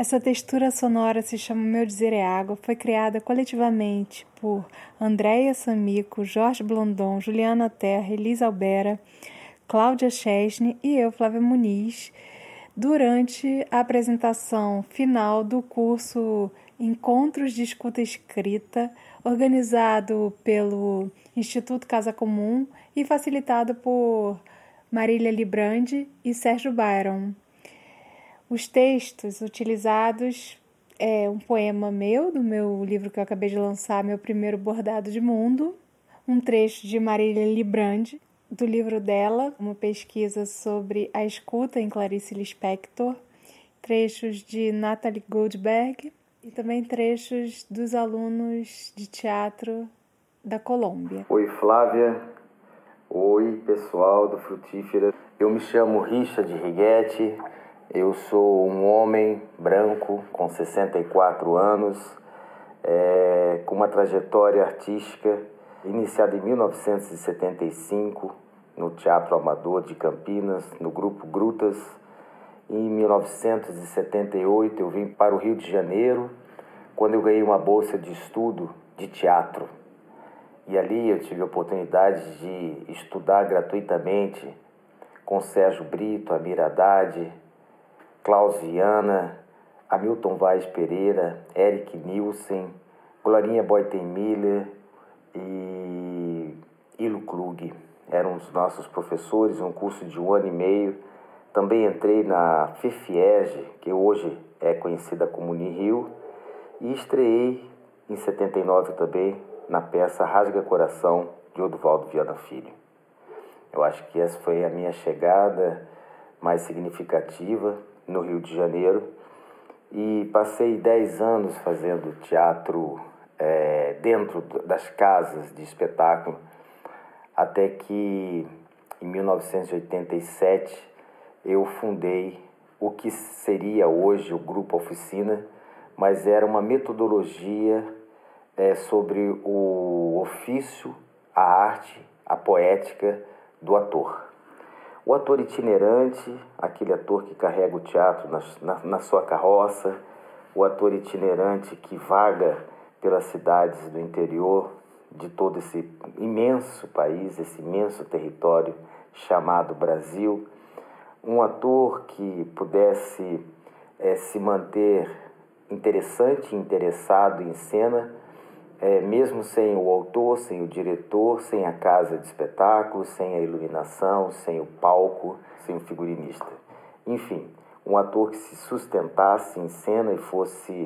Essa textura sonora se chama Meu Dizer é Água, foi criada coletivamente por Andréia Samico, Jorge Blondon, Juliana Terra, Elisa Albera, Cláudia Chesney e eu, Flávia Muniz, durante a apresentação final do curso Encontros de Escuta Escrita, organizado pelo Instituto Casa Comum e facilitado por Marília Librandi e Sérgio Byron. Os textos utilizados é um poema meu, do meu livro que eu acabei de lançar, Meu Primeiro Bordado de Mundo, um trecho de Marília Librandi, do livro dela, uma pesquisa sobre a escuta em Clarice Lispector, trechos de Natalie Goldberg e também trechos dos alunos de teatro da Colômbia. Oi, Flávia. Oi, pessoal do Frutífera. Eu me chamo Richard Righetti. Eu sou um homem branco com 64 anos, com uma trajetória artística iniciada em 1975 no Teatro Amador de Campinas, no Grupo Grutas. Em 1978 eu vim para o Rio de Janeiro, quando eu ganhei uma bolsa de estudo de teatro. E ali eu tive a oportunidade de estudar gratuitamente com Sérgio Brito, Amir Haddad, Klaus Viana, Hamilton Vaz Pereira, Eric Nielsen, Glorinha Boyten-Miller e Ilo Klug. Eram os nossos professores, um curso de 1 ano e meio. Também entrei na FEFIERJ, que hoje é conhecida como Unirio, e estreei em 79 também na peça Rasga Coração, de Oduvaldo Viana Filho. Eu acho que essa foi a minha chegada mais significativa no Rio de Janeiro, e passei 10 anos fazendo teatro dentro das casas de espetáculo, até que em 1987 eu fundei o que seria hoje o Grupo Oficina, mas era uma metodologia sobre o ofício, a arte, a poética do ator. O ator itinerante, aquele ator que carrega o teatro na sua carroça, o ator itinerante que vaga pelas cidades do interior de todo esse imenso país, esse imenso território chamado Brasil, um ator que pudesse se manter interessante, interessado em cena, mesmo sem o autor, sem o diretor, sem a casa de espetáculos, sem a iluminação, sem o palco, sem o figurinista. Enfim, um ator que se sustentasse em cena e fosse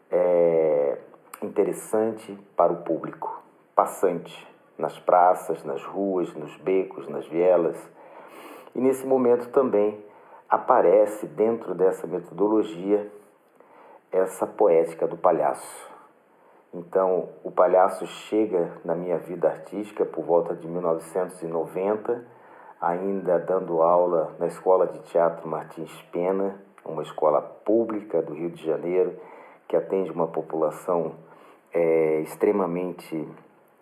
interessante para o público, passante, nas praças, nas ruas, nos becos, nas vielas. E nesse momento também aparece dentro dessa metodologia essa poética do palhaço. Então, o palhaço chega na minha vida artística por volta de 1990, ainda dando aula na Escola de Teatro Martins Pena, uma escola pública do Rio de Janeiro, que atende uma população extremamente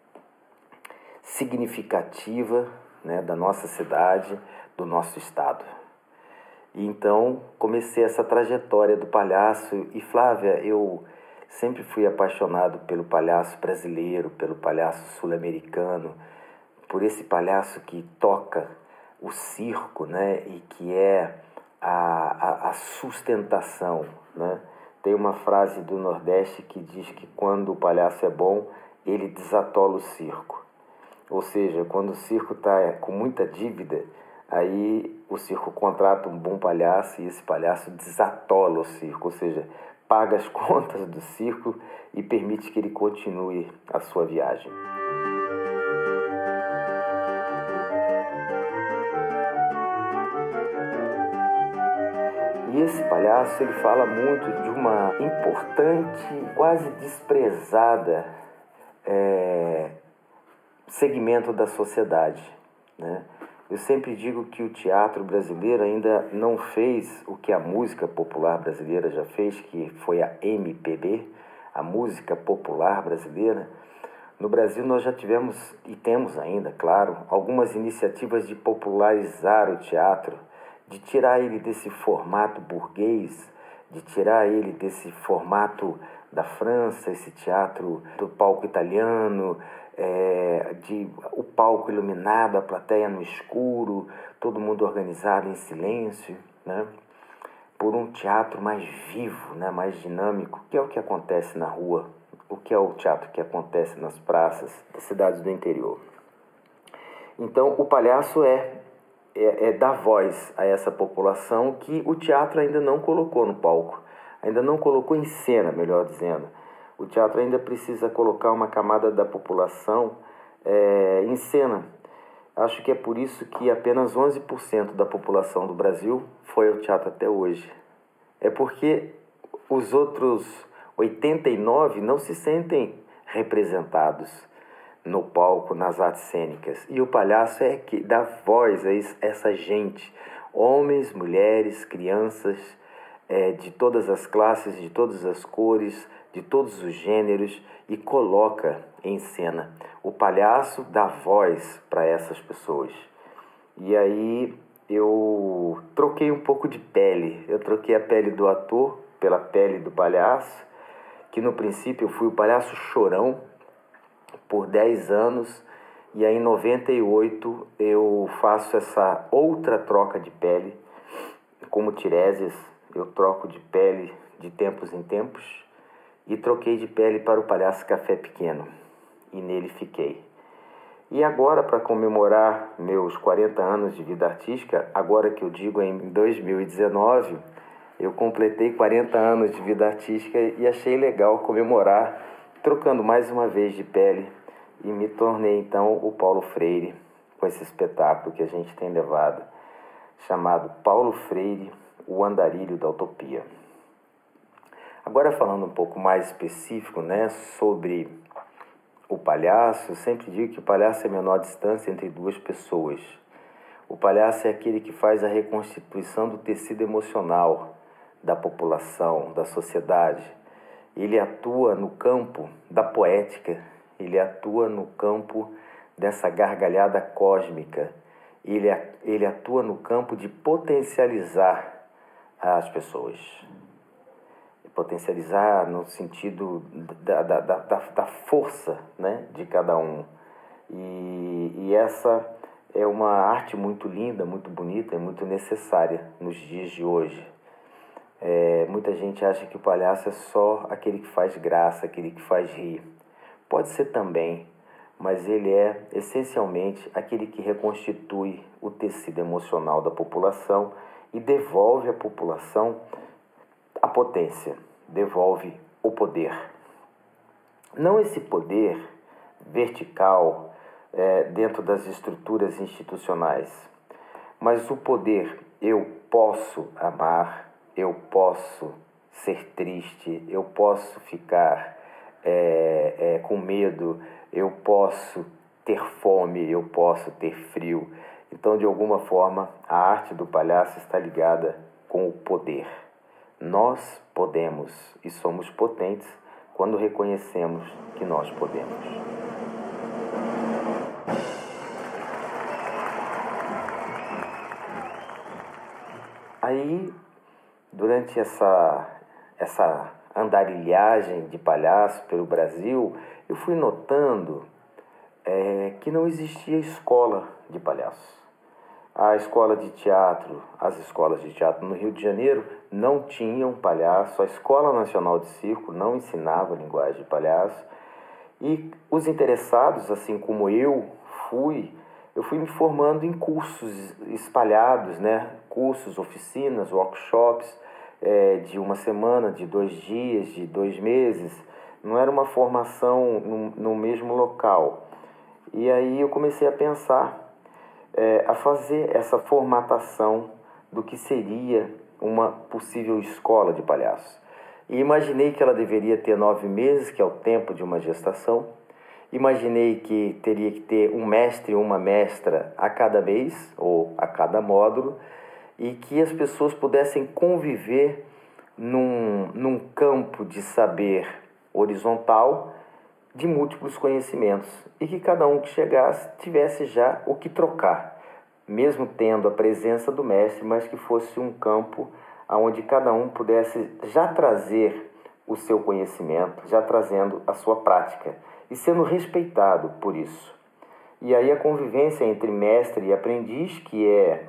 significativa, né, da nossa cidade, do nosso estado. E então, comecei essa trajetória do palhaço. E, Flávia, eu sempre fui apaixonado pelo palhaço brasileiro, pelo palhaço sul-americano, por esse palhaço que toca o circo, né, e que é a sustentação, né? Tem uma frase do Nordeste que diz que quando o palhaço é bom, ele desatola o circo. Ou seja, quando o circo está com muita dívida, aí o circo contrata um bom palhaço e esse palhaço desatola o circo, ou seja, paga as contas do circo e permite que ele continue a sua viagem. E esse palhaço, ele fala muito de uma importante, quase desprezada segmento da sociedade, né? Eu sempre digo que o teatro brasileiro ainda não fez o que a música popular brasileira já fez, que foi a MPB, a música popular brasileira. No Brasil nós já tivemos, e temos ainda, claro, algumas iniciativas de popularizar o teatro, de tirar ele desse formato burguês, de tirar ele desse formato da França, esse teatro do palco italiano, o palco iluminado, a plateia no escuro, todo mundo organizado em silêncio, né? Por um teatro mais vivo, né? Mais dinâmico, que é o que acontece na rua, o que é o teatro que acontece nas praças das cidades do interior. Então, o palhaço é dar voz a essa população que o teatro ainda não colocou no palco, ainda não colocou em cena, melhor dizendo. O teatro ainda precisa colocar uma camada da população em cena. Acho que é por isso que apenas 11% da população do Brasil foi ao teatro até hoje. É porque os outros 89% não se sentem representados no palco, nas artes cênicas. E o palhaço é que dá voz a essa gente, homens, mulheres, crianças, de todas as classes, de todas as cores, de todos os gêneros, e coloca em cena. O palhaço dá voz para essas pessoas. E aí eu troquei um pouco de pele. Eu troquei a pele do ator pela pele do palhaço, que no princípio eu fui o palhaço chorão por 10 anos, e aí em 98 eu faço essa outra troca de pele. Como Tiresias, eu troco de pele de tempos em tempos, e troquei de pele para o palhaço Café Pequeno, e nele fiquei. E agora, para comemorar meus 40 anos de vida artística, agora que eu digo em 2019, eu completei 40 anos de vida artística e achei legal comemorar, trocando mais uma vez de pele, e me tornei então o Paulo Freire, com esse espetáculo que a gente tem levado, chamado Paulo Freire, o Andarilho da Utopia. Agora, falando um pouco mais específico, né, sobre o palhaço, eu sempre digo que o palhaço é a menor distância entre duas pessoas. O palhaço é aquele que faz a reconstituição do tecido emocional da população, da sociedade. Ele atua no campo da poética, ele atua no campo dessa gargalhada cósmica, ele atua no campo de potencializar as pessoas. Potencializar no sentido da força, né, de cada um. E essa é uma arte muito linda, muito bonita e muito necessária nos dias de hoje. Muita gente acha que o palhaço é só aquele que faz graça, aquele que faz rir. Pode ser também, mas ele é essencialmente aquele que reconstitui o tecido emocional da população e devolve à população a potência, devolve o poder. Não esse poder vertical dentro das estruturas institucionais, mas o poder eu posso amar, eu posso ser triste, eu posso ficar com medo, eu posso ter fome, eu posso ter frio. Então, de alguma forma, a arte do palhaço está ligada com o poder. Nós podemos e somos potentes quando reconhecemos que nós podemos. Aí, durante essa andarilhagem de palhaço pelo Brasil, eu fui notando que não existia escola de palhaço. A escola de teatro, as escolas de teatro no Rio de Janeiro não tinham palhaço, a Escola Nacional de Circo não ensinava linguagem de palhaço, e os interessados, assim como eu fui me formando em cursos espalhados, né? Cursos, oficinas, workshops, de uma semana, de 2 dias, de 2 meses. Não era uma formação no mesmo local. E aí eu comecei a pensar, a fazer essa formatação do que seria uma possível escola de palhaço. E imaginei que ela deveria ter 9 meses, que é o tempo de uma gestação. Imaginei que teria que ter um mestre ou uma mestra a cada mês, ou a cada módulo, e que as pessoas pudessem conviver num campo de saber horizontal de múltiplos conhecimentos, e que cada um que chegasse tivesse já o que trocar, mesmo tendo a presença do mestre, mas que fosse um campo onde cada um pudesse já trazer o seu conhecimento, já trazendo a sua prática e sendo respeitado por isso. E aí a convivência entre mestre e aprendiz, que é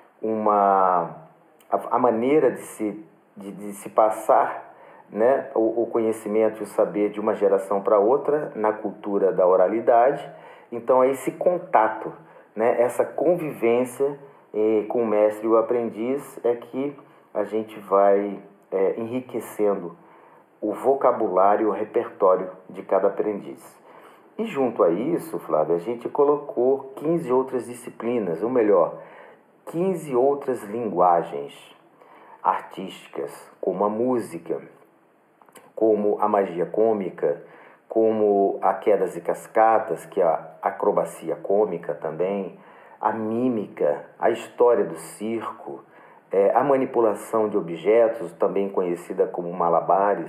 a maneira de se passar, né, o conhecimento e o saber de uma geração para outra na cultura da oralidade. Então é esse contato, né, essa convivência com o mestre e o aprendiz é que a gente vai enriquecendo o vocabulário e o repertório de cada aprendiz. E junto a isso, Flávia, a gente colocou 15 outras disciplinas, ou melhor, 15 outras linguagens artísticas, como a música, como a magia cômica, como a quedas e cascatas, que é a acrobacia cômica também, a mímica, a história do circo, a manipulação de objetos, também conhecida como malabares,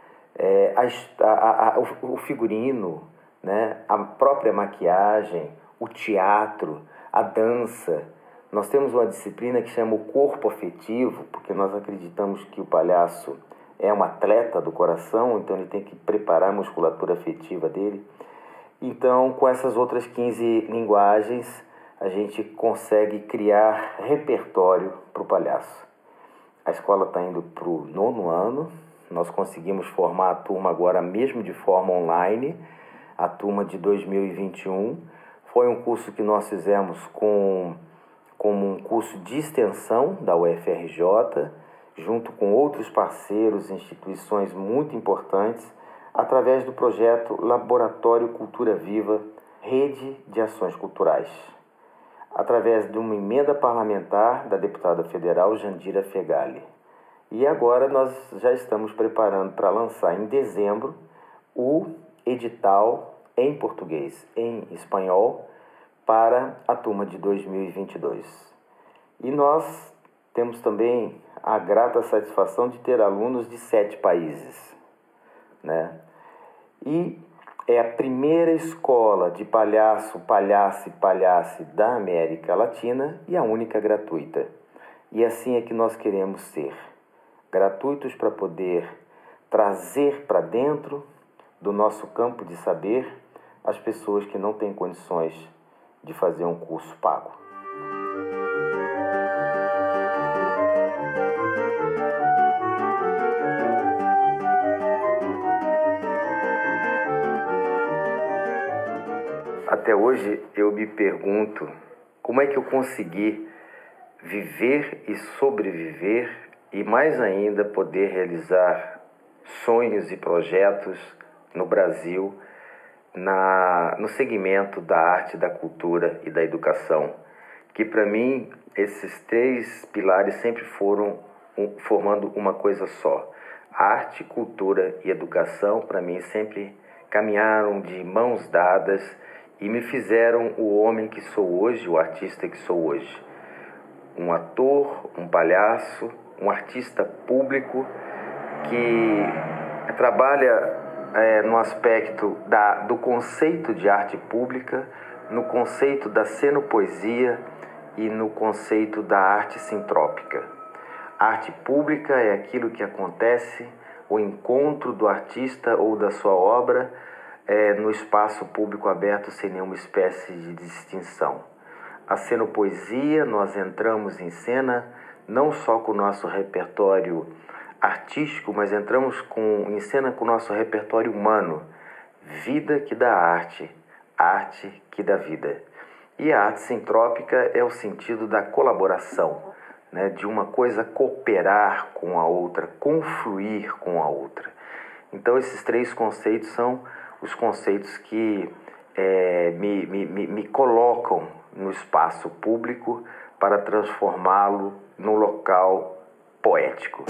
o figurino, né, a própria maquiagem, o teatro, a dança. Nós temos uma disciplina que chama o corpo afetivo, porque nós acreditamos que o palhaço é um atleta do coração, então ele tem que preparar a musculatura afetiva dele. Então, com essas outras 15 linguagens, a gente consegue criar repertório para o palhaço. A escola está indo para o 9º ano, nós conseguimos formar a turma agora mesmo de forma online, a turma de 2021. Foi um curso que nós fizemos como um curso de extensão da UFRJ, junto com outros parceiros e instituições muito importantes, através do projeto Laboratório Cultura Viva, Rede de Ações Culturais, através de uma emenda parlamentar da deputada federal Jandira Fegali. E agora nós já estamos preparando para lançar em dezembro o edital em português, em espanhol, para a turma de 2022. E nós temos também a grata satisfação de ter alunos de 7 países, né? E é a primeira escola de palhaço, palhaça e palhace da América Latina e a única gratuita. E assim é que nós queremos ser, gratuitos para poder trazer para dentro do nosso campo de saber as pessoas que não têm condições de fazer um curso pago. Até hoje eu me pergunto como é que eu consegui viver e sobreviver e mais ainda poder realizar sonhos e projetos no Brasil no segmento da arte, da cultura e da educação, que para mim esses 3 pilares sempre foram formando uma coisa só. Arte, cultura e educação para mim sempre caminharam de mãos dadas e me fizeram o homem que sou hoje, o artista que sou hoje. Um ator, um palhaço, um artista público que trabalha no aspecto do conceito de arte pública, no conceito da cenopoesia e no conceito da arte sintrópica. A arte pública é aquilo que acontece, o encontro do artista ou da sua obra no espaço público aberto sem nenhuma espécie de distinção. A cenopoesia, nós entramos em cena não só com o nosso repertório artístico, mas entramos em cena com o nosso repertório humano. Vida que dá arte, arte que dá vida. E a arte sintrópica é o sentido da colaboração, né? De uma coisa cooperar com a outra, confluir com a outra. Então esses 3 conceitos são os conceitos que me colocam no espaço público para transformá-lo num local poético.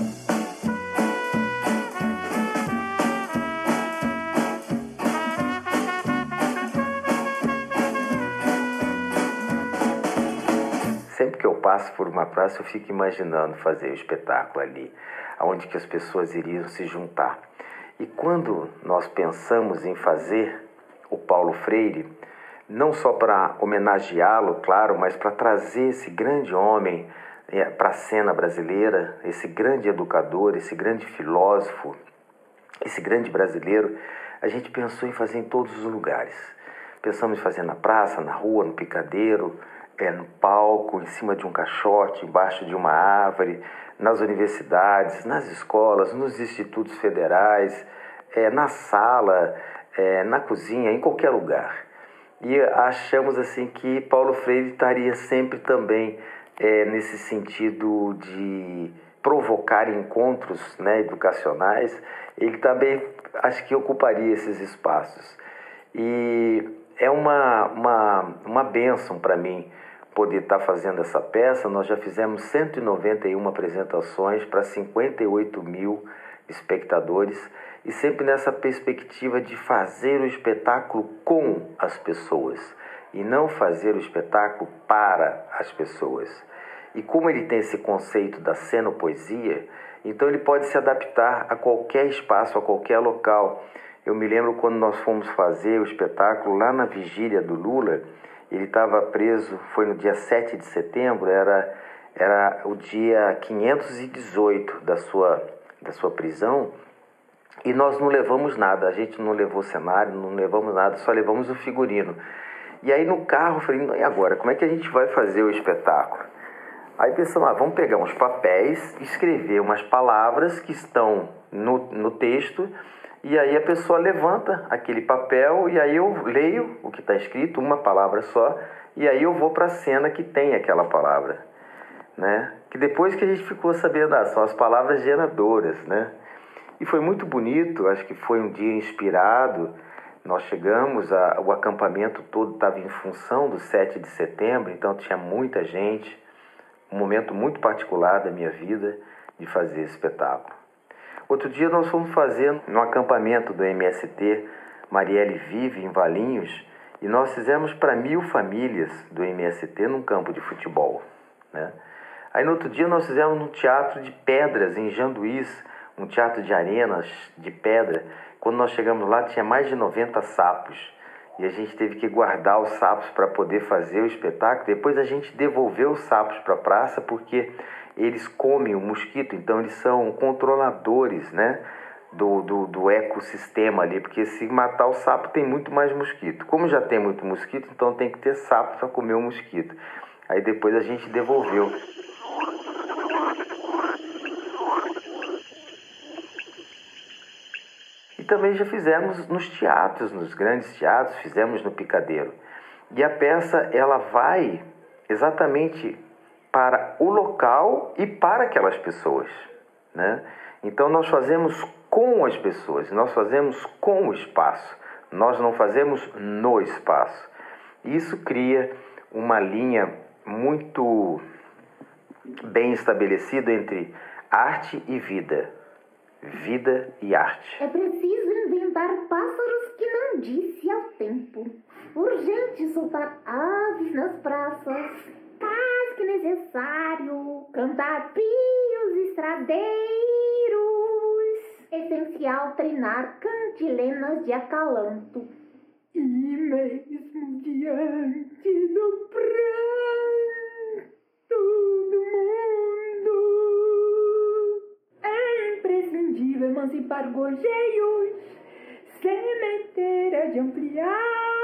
Sempre que eu passo por uma praça, eu fico imaginando fazer o espetáculo ali, onde que as pessoas iriam se juntar. E quando nós pensamos em fazer o Paulo Freire, não só para homenageá-lo, claro, mas para trazer esse grande homem para a cena brasileira, esse grande educador, esse grande filósofo, esse grande brasileiro, a gente pensou em fazer em todos os lugares. Pensamos em fazer na praça, na rua, no picadeiro, no palco, em cima de um caixote, embaixo de uma árvore, nas universidades, nas escolas, nos institutos federais, na sala, na cozinha, em qualquer lugar. E achamos assim que Paulo Freire estaria sempre também nesse sentido de provocar encontros, né, educacionais. Ele também acho que ocuparia esses espaços. E é uma bênção para mim poder estar fazendo essa peça. Nós já fizemos 191 apresentações para 58 mil espectadores e sempre nessa perspectiva de fazer o espetáculo com as pessoas e não fazer o espetáculo para as pessoas. E como ele tem esse conceito da cenopoesia, então ele pode se adaptar a qualquer espaço, a qualquer local. Eu me lembro quando nós fomos fazer o espetáculo lá na vigília do Lula. Ele estava preso, foi no dia 7 de setembro, era o dia 518 da sua prisão, e nós não levamos nada, a gente não levou cenário, não levamos nada, só levamos o figurino. E aí no carro eu falei, e agora, como é que a gente vai fazer o espetáculo? Aí pensamos, vamos pegar uns papéis, escrever umas palavras que estão no texto, e aí a pessoa levanta aquele papel e aí eu leio o que está escrito, uma palavra só, e aí eu vou para a cena que tem aquela palavra, né? Que depois que a gente ficou sabendo, são as palavras geradoras, né? E foi muito bonito, acho que foi um dia inspirado. Nós chegamos, o acampamento todo estava em função do 7 de setembro, então tinha muita gente, um momento muito particular da minha vida de fazer esse espetáculo. Outro dia nós fomos fazer no acampamento do MST Marielle Vive, em Valinhos, e nós fizemos para 1000 famílias do MST num campo de futebol, né? Aí no outro dia nós fizemos no Teatro de Pedras, em Janduís, um teatro de arenas de pedra. Quando nós chegamos lá tinha mais de 90 sapos, e a gente teve que guardar os sapos para poder fazer o espetáculo. Depois a gente devolveu os sapos para a praça, porque eles comem o mosquito, então eles são controladores, né, do ecossistema ali, porque se matar o sapo tem muito mais mosquito. Como já tem muito mosquito, então tem que ter sapo para comer o mosquito. Aí depois a gente devolveu. E também já fizemos nos teatros, nos grandes teatros, fizemos no Picadeiro. E a peça, ela vai exatamente para o local e para aquelas pessoas, né? Então nós fazemos com as pessoas, nós fazemos com o espaço, nós não fazemos no espaço. Isso cria uma linha muito bem estabelecida entre arte e vida, vida e arte. É preciso inventar pássaros que não disse ao tempo, urgente soltar aves nas praças, mais que necessário cantar pios estradeiros, essencial treinar cantilenas de acalanto. E mesmo diante do pranto do mundo, é imprescindível emancipar gorjeios, sementeira de ampliar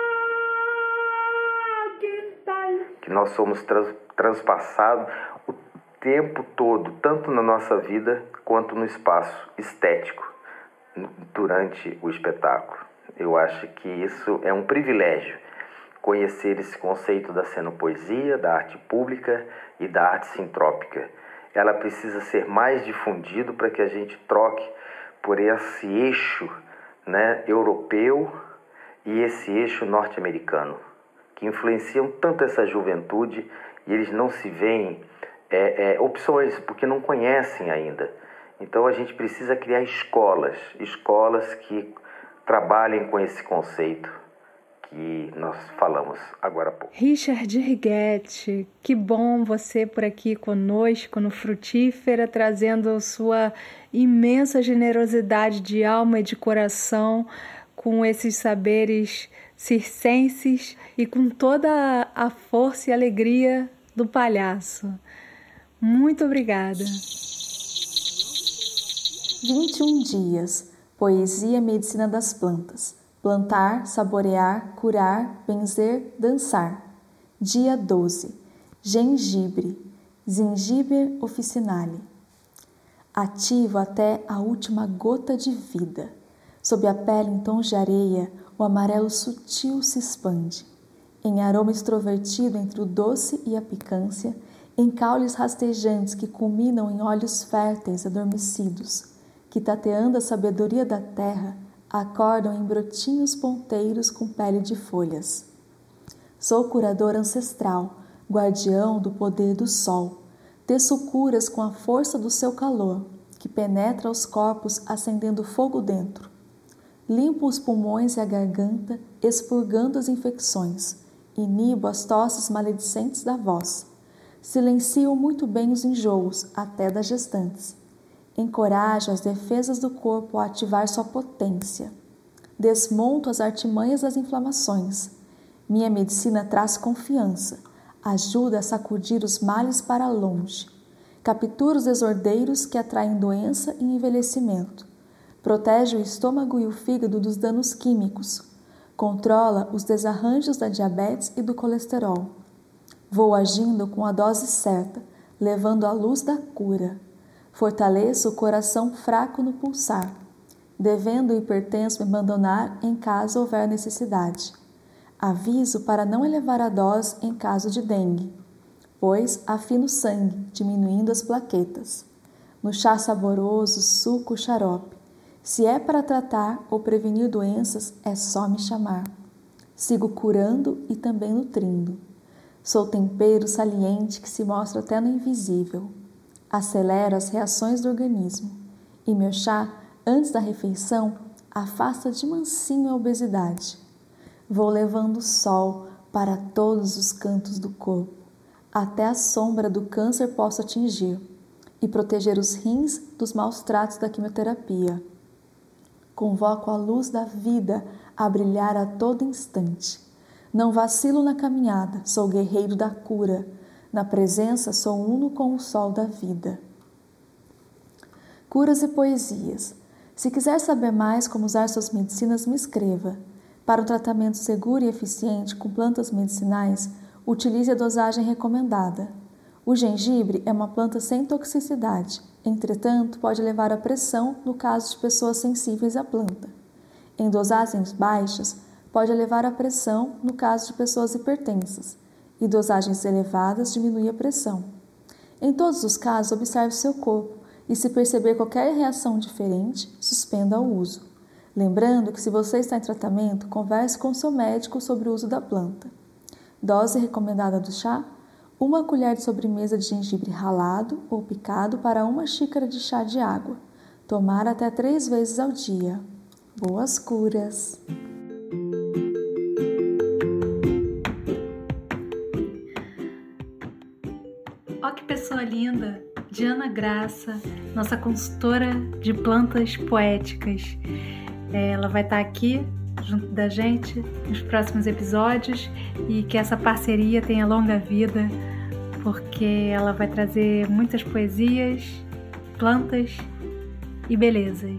quintais. Que nós somos transpassados o tempo todo, tanto na nossa vida quanto no espaço estético, durante o espetáculo. Eu acho que isso é um privilégio, conhecer esse conceito da cenopoesia, da arte pública e da arte sintrópica. Ela precisa ser mais difundido para que a gente troque por esse eixo, né, europeu e esse eixo norte-americano, que influenciam tanto essa juventude, e eles não se veem opções, porque não conhecem ainda. Então a gente precisa criar escolas que trabalhem com esse conceito que nós falamos agora há pouco. Richard Righetti, que bom você por aqui conosco no Frutífera, trazendo sua imensa generosidade de alma e de coração, com esses saberes circenses e com toda a força e alegria do palhaço. Muito obrigada. 21 dias. Poesia e medicina das plantas. Plantar, saborear, curar, benzer, dançar. Dia 12. Gengibre. Zingiber officinale. Ativo até a última gota de vida. Sob a pele em tons de areia, o amarelo sutil se expande. Em aroma extrovertido entre o doce e a picância, em caules rastejantes que culminam em olhos férteis adormecidos, que tateando a sabedoria da terra, acordam em brotinhos ponteiros com pele de folhas. Sou curador ancestral, guardião do poder do sol. Teço curas com a força do seu calor, que penetra os corpos acendendo fogo dentro. Limpo os pulmões e a garganta, expurgando as infecções. Inibo as tosses maledicentes da voz. Silencio muito bem os enjoos, até das gestantes. Encorajo as defesas do corpo a ativar sua potência. Desmonto as artimanhas das inflamações. Minha medicina traz confiança, ajuda a sacudir os males para longe. Captura os desordeiros que atraem doença e envelhecimento. Protege o estômago e o fígado dos danos químicos. Controla os desarranjos da diabetes e do colesterol. Vou agindo com a dose certa, levando a luz da cura. Fortaleço o coração fraco no pulsar, devendo o hipertenso me abandonar em caso houver necessidade. Aviso para não elevar a dose em caso de dengue, pois afino o sangue, diminuindo as plaquetas. No chá saboroso, suco, xarope. Se é para tratar ou prevenir doenças, é só me chamar. Sigo curando e também nutrindo. Sou tempero saliente que se mostra até no invisível. Acelero as reações do organismo. E meu chá, antes da refeição, afasta de mansinho a obesidade. Vou levando o sol para todos os cantos do corpo, até a sombra do câncer possa atingir, e proteger os rins dos maus tratos da quimioterapia. Convoco a luz da vida a brilhar a todo instante. Não vacilo na caminhada, sou guerreiro da cura. Na presença sou uno com o sol da vida. Curas e poesias. Se quiser saber mais como usar suas medicinas, me escreva. Para um tratamento seguro e eficiente com plantas medicinais, utilize a dosagem recomendada. O gengibre é uma planta sem toxicidade, entretanto, pode levar à pressão no caso de pessoas sensíveis à planta. Em dosagens baixas, pode levar à pressão no caso de pessoas hipertensas, e dosagens elevadas diminui a pressão. Em todos os casos, observe seu corpo e, se perceber qualquer reação diferente, suspenda o uso. Lembrando que, se você está em tratamento, converse com seu médico sobre o uso da planta. Dose recomendada do chá: 1 colher de sobremesa de gengibre ralado ou picado para 1 xícara de chá de água. Tomar até 3 vezes ao dia. Boas curas! Ó, que pessoa linda! Diana Graça, nossa consultora de plantas poéticas. Ela vai estar aqui junto da gente nos próximos episódios e que essa parceria tenha longa vida, porque ela vai trazer muitas poesias, plantas e belezas.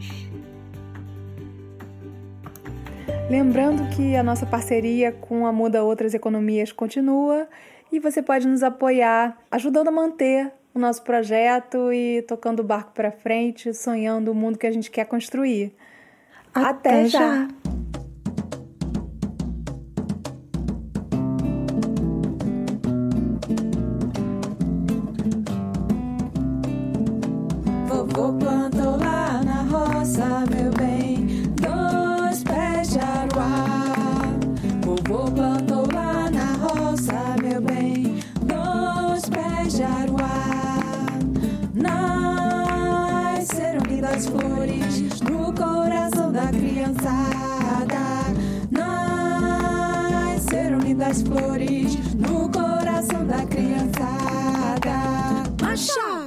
Lembrando que a nossa parceria com a Muda Outras Economias continua e você pode nos apoiar, ajudando a manter o nosso projeto e tocando o barco para frente, sonhando o mundo que a gente quer construir. Até já! Vovô plantou lá na roça, meu bem, 2 pés de aruá. Vovô plantou lá na roça, meu bem, 2 pés de aruá. Nasceram lindas flores no coração da criançada. Nasceram lindas flores no coração da criançada. Marcha!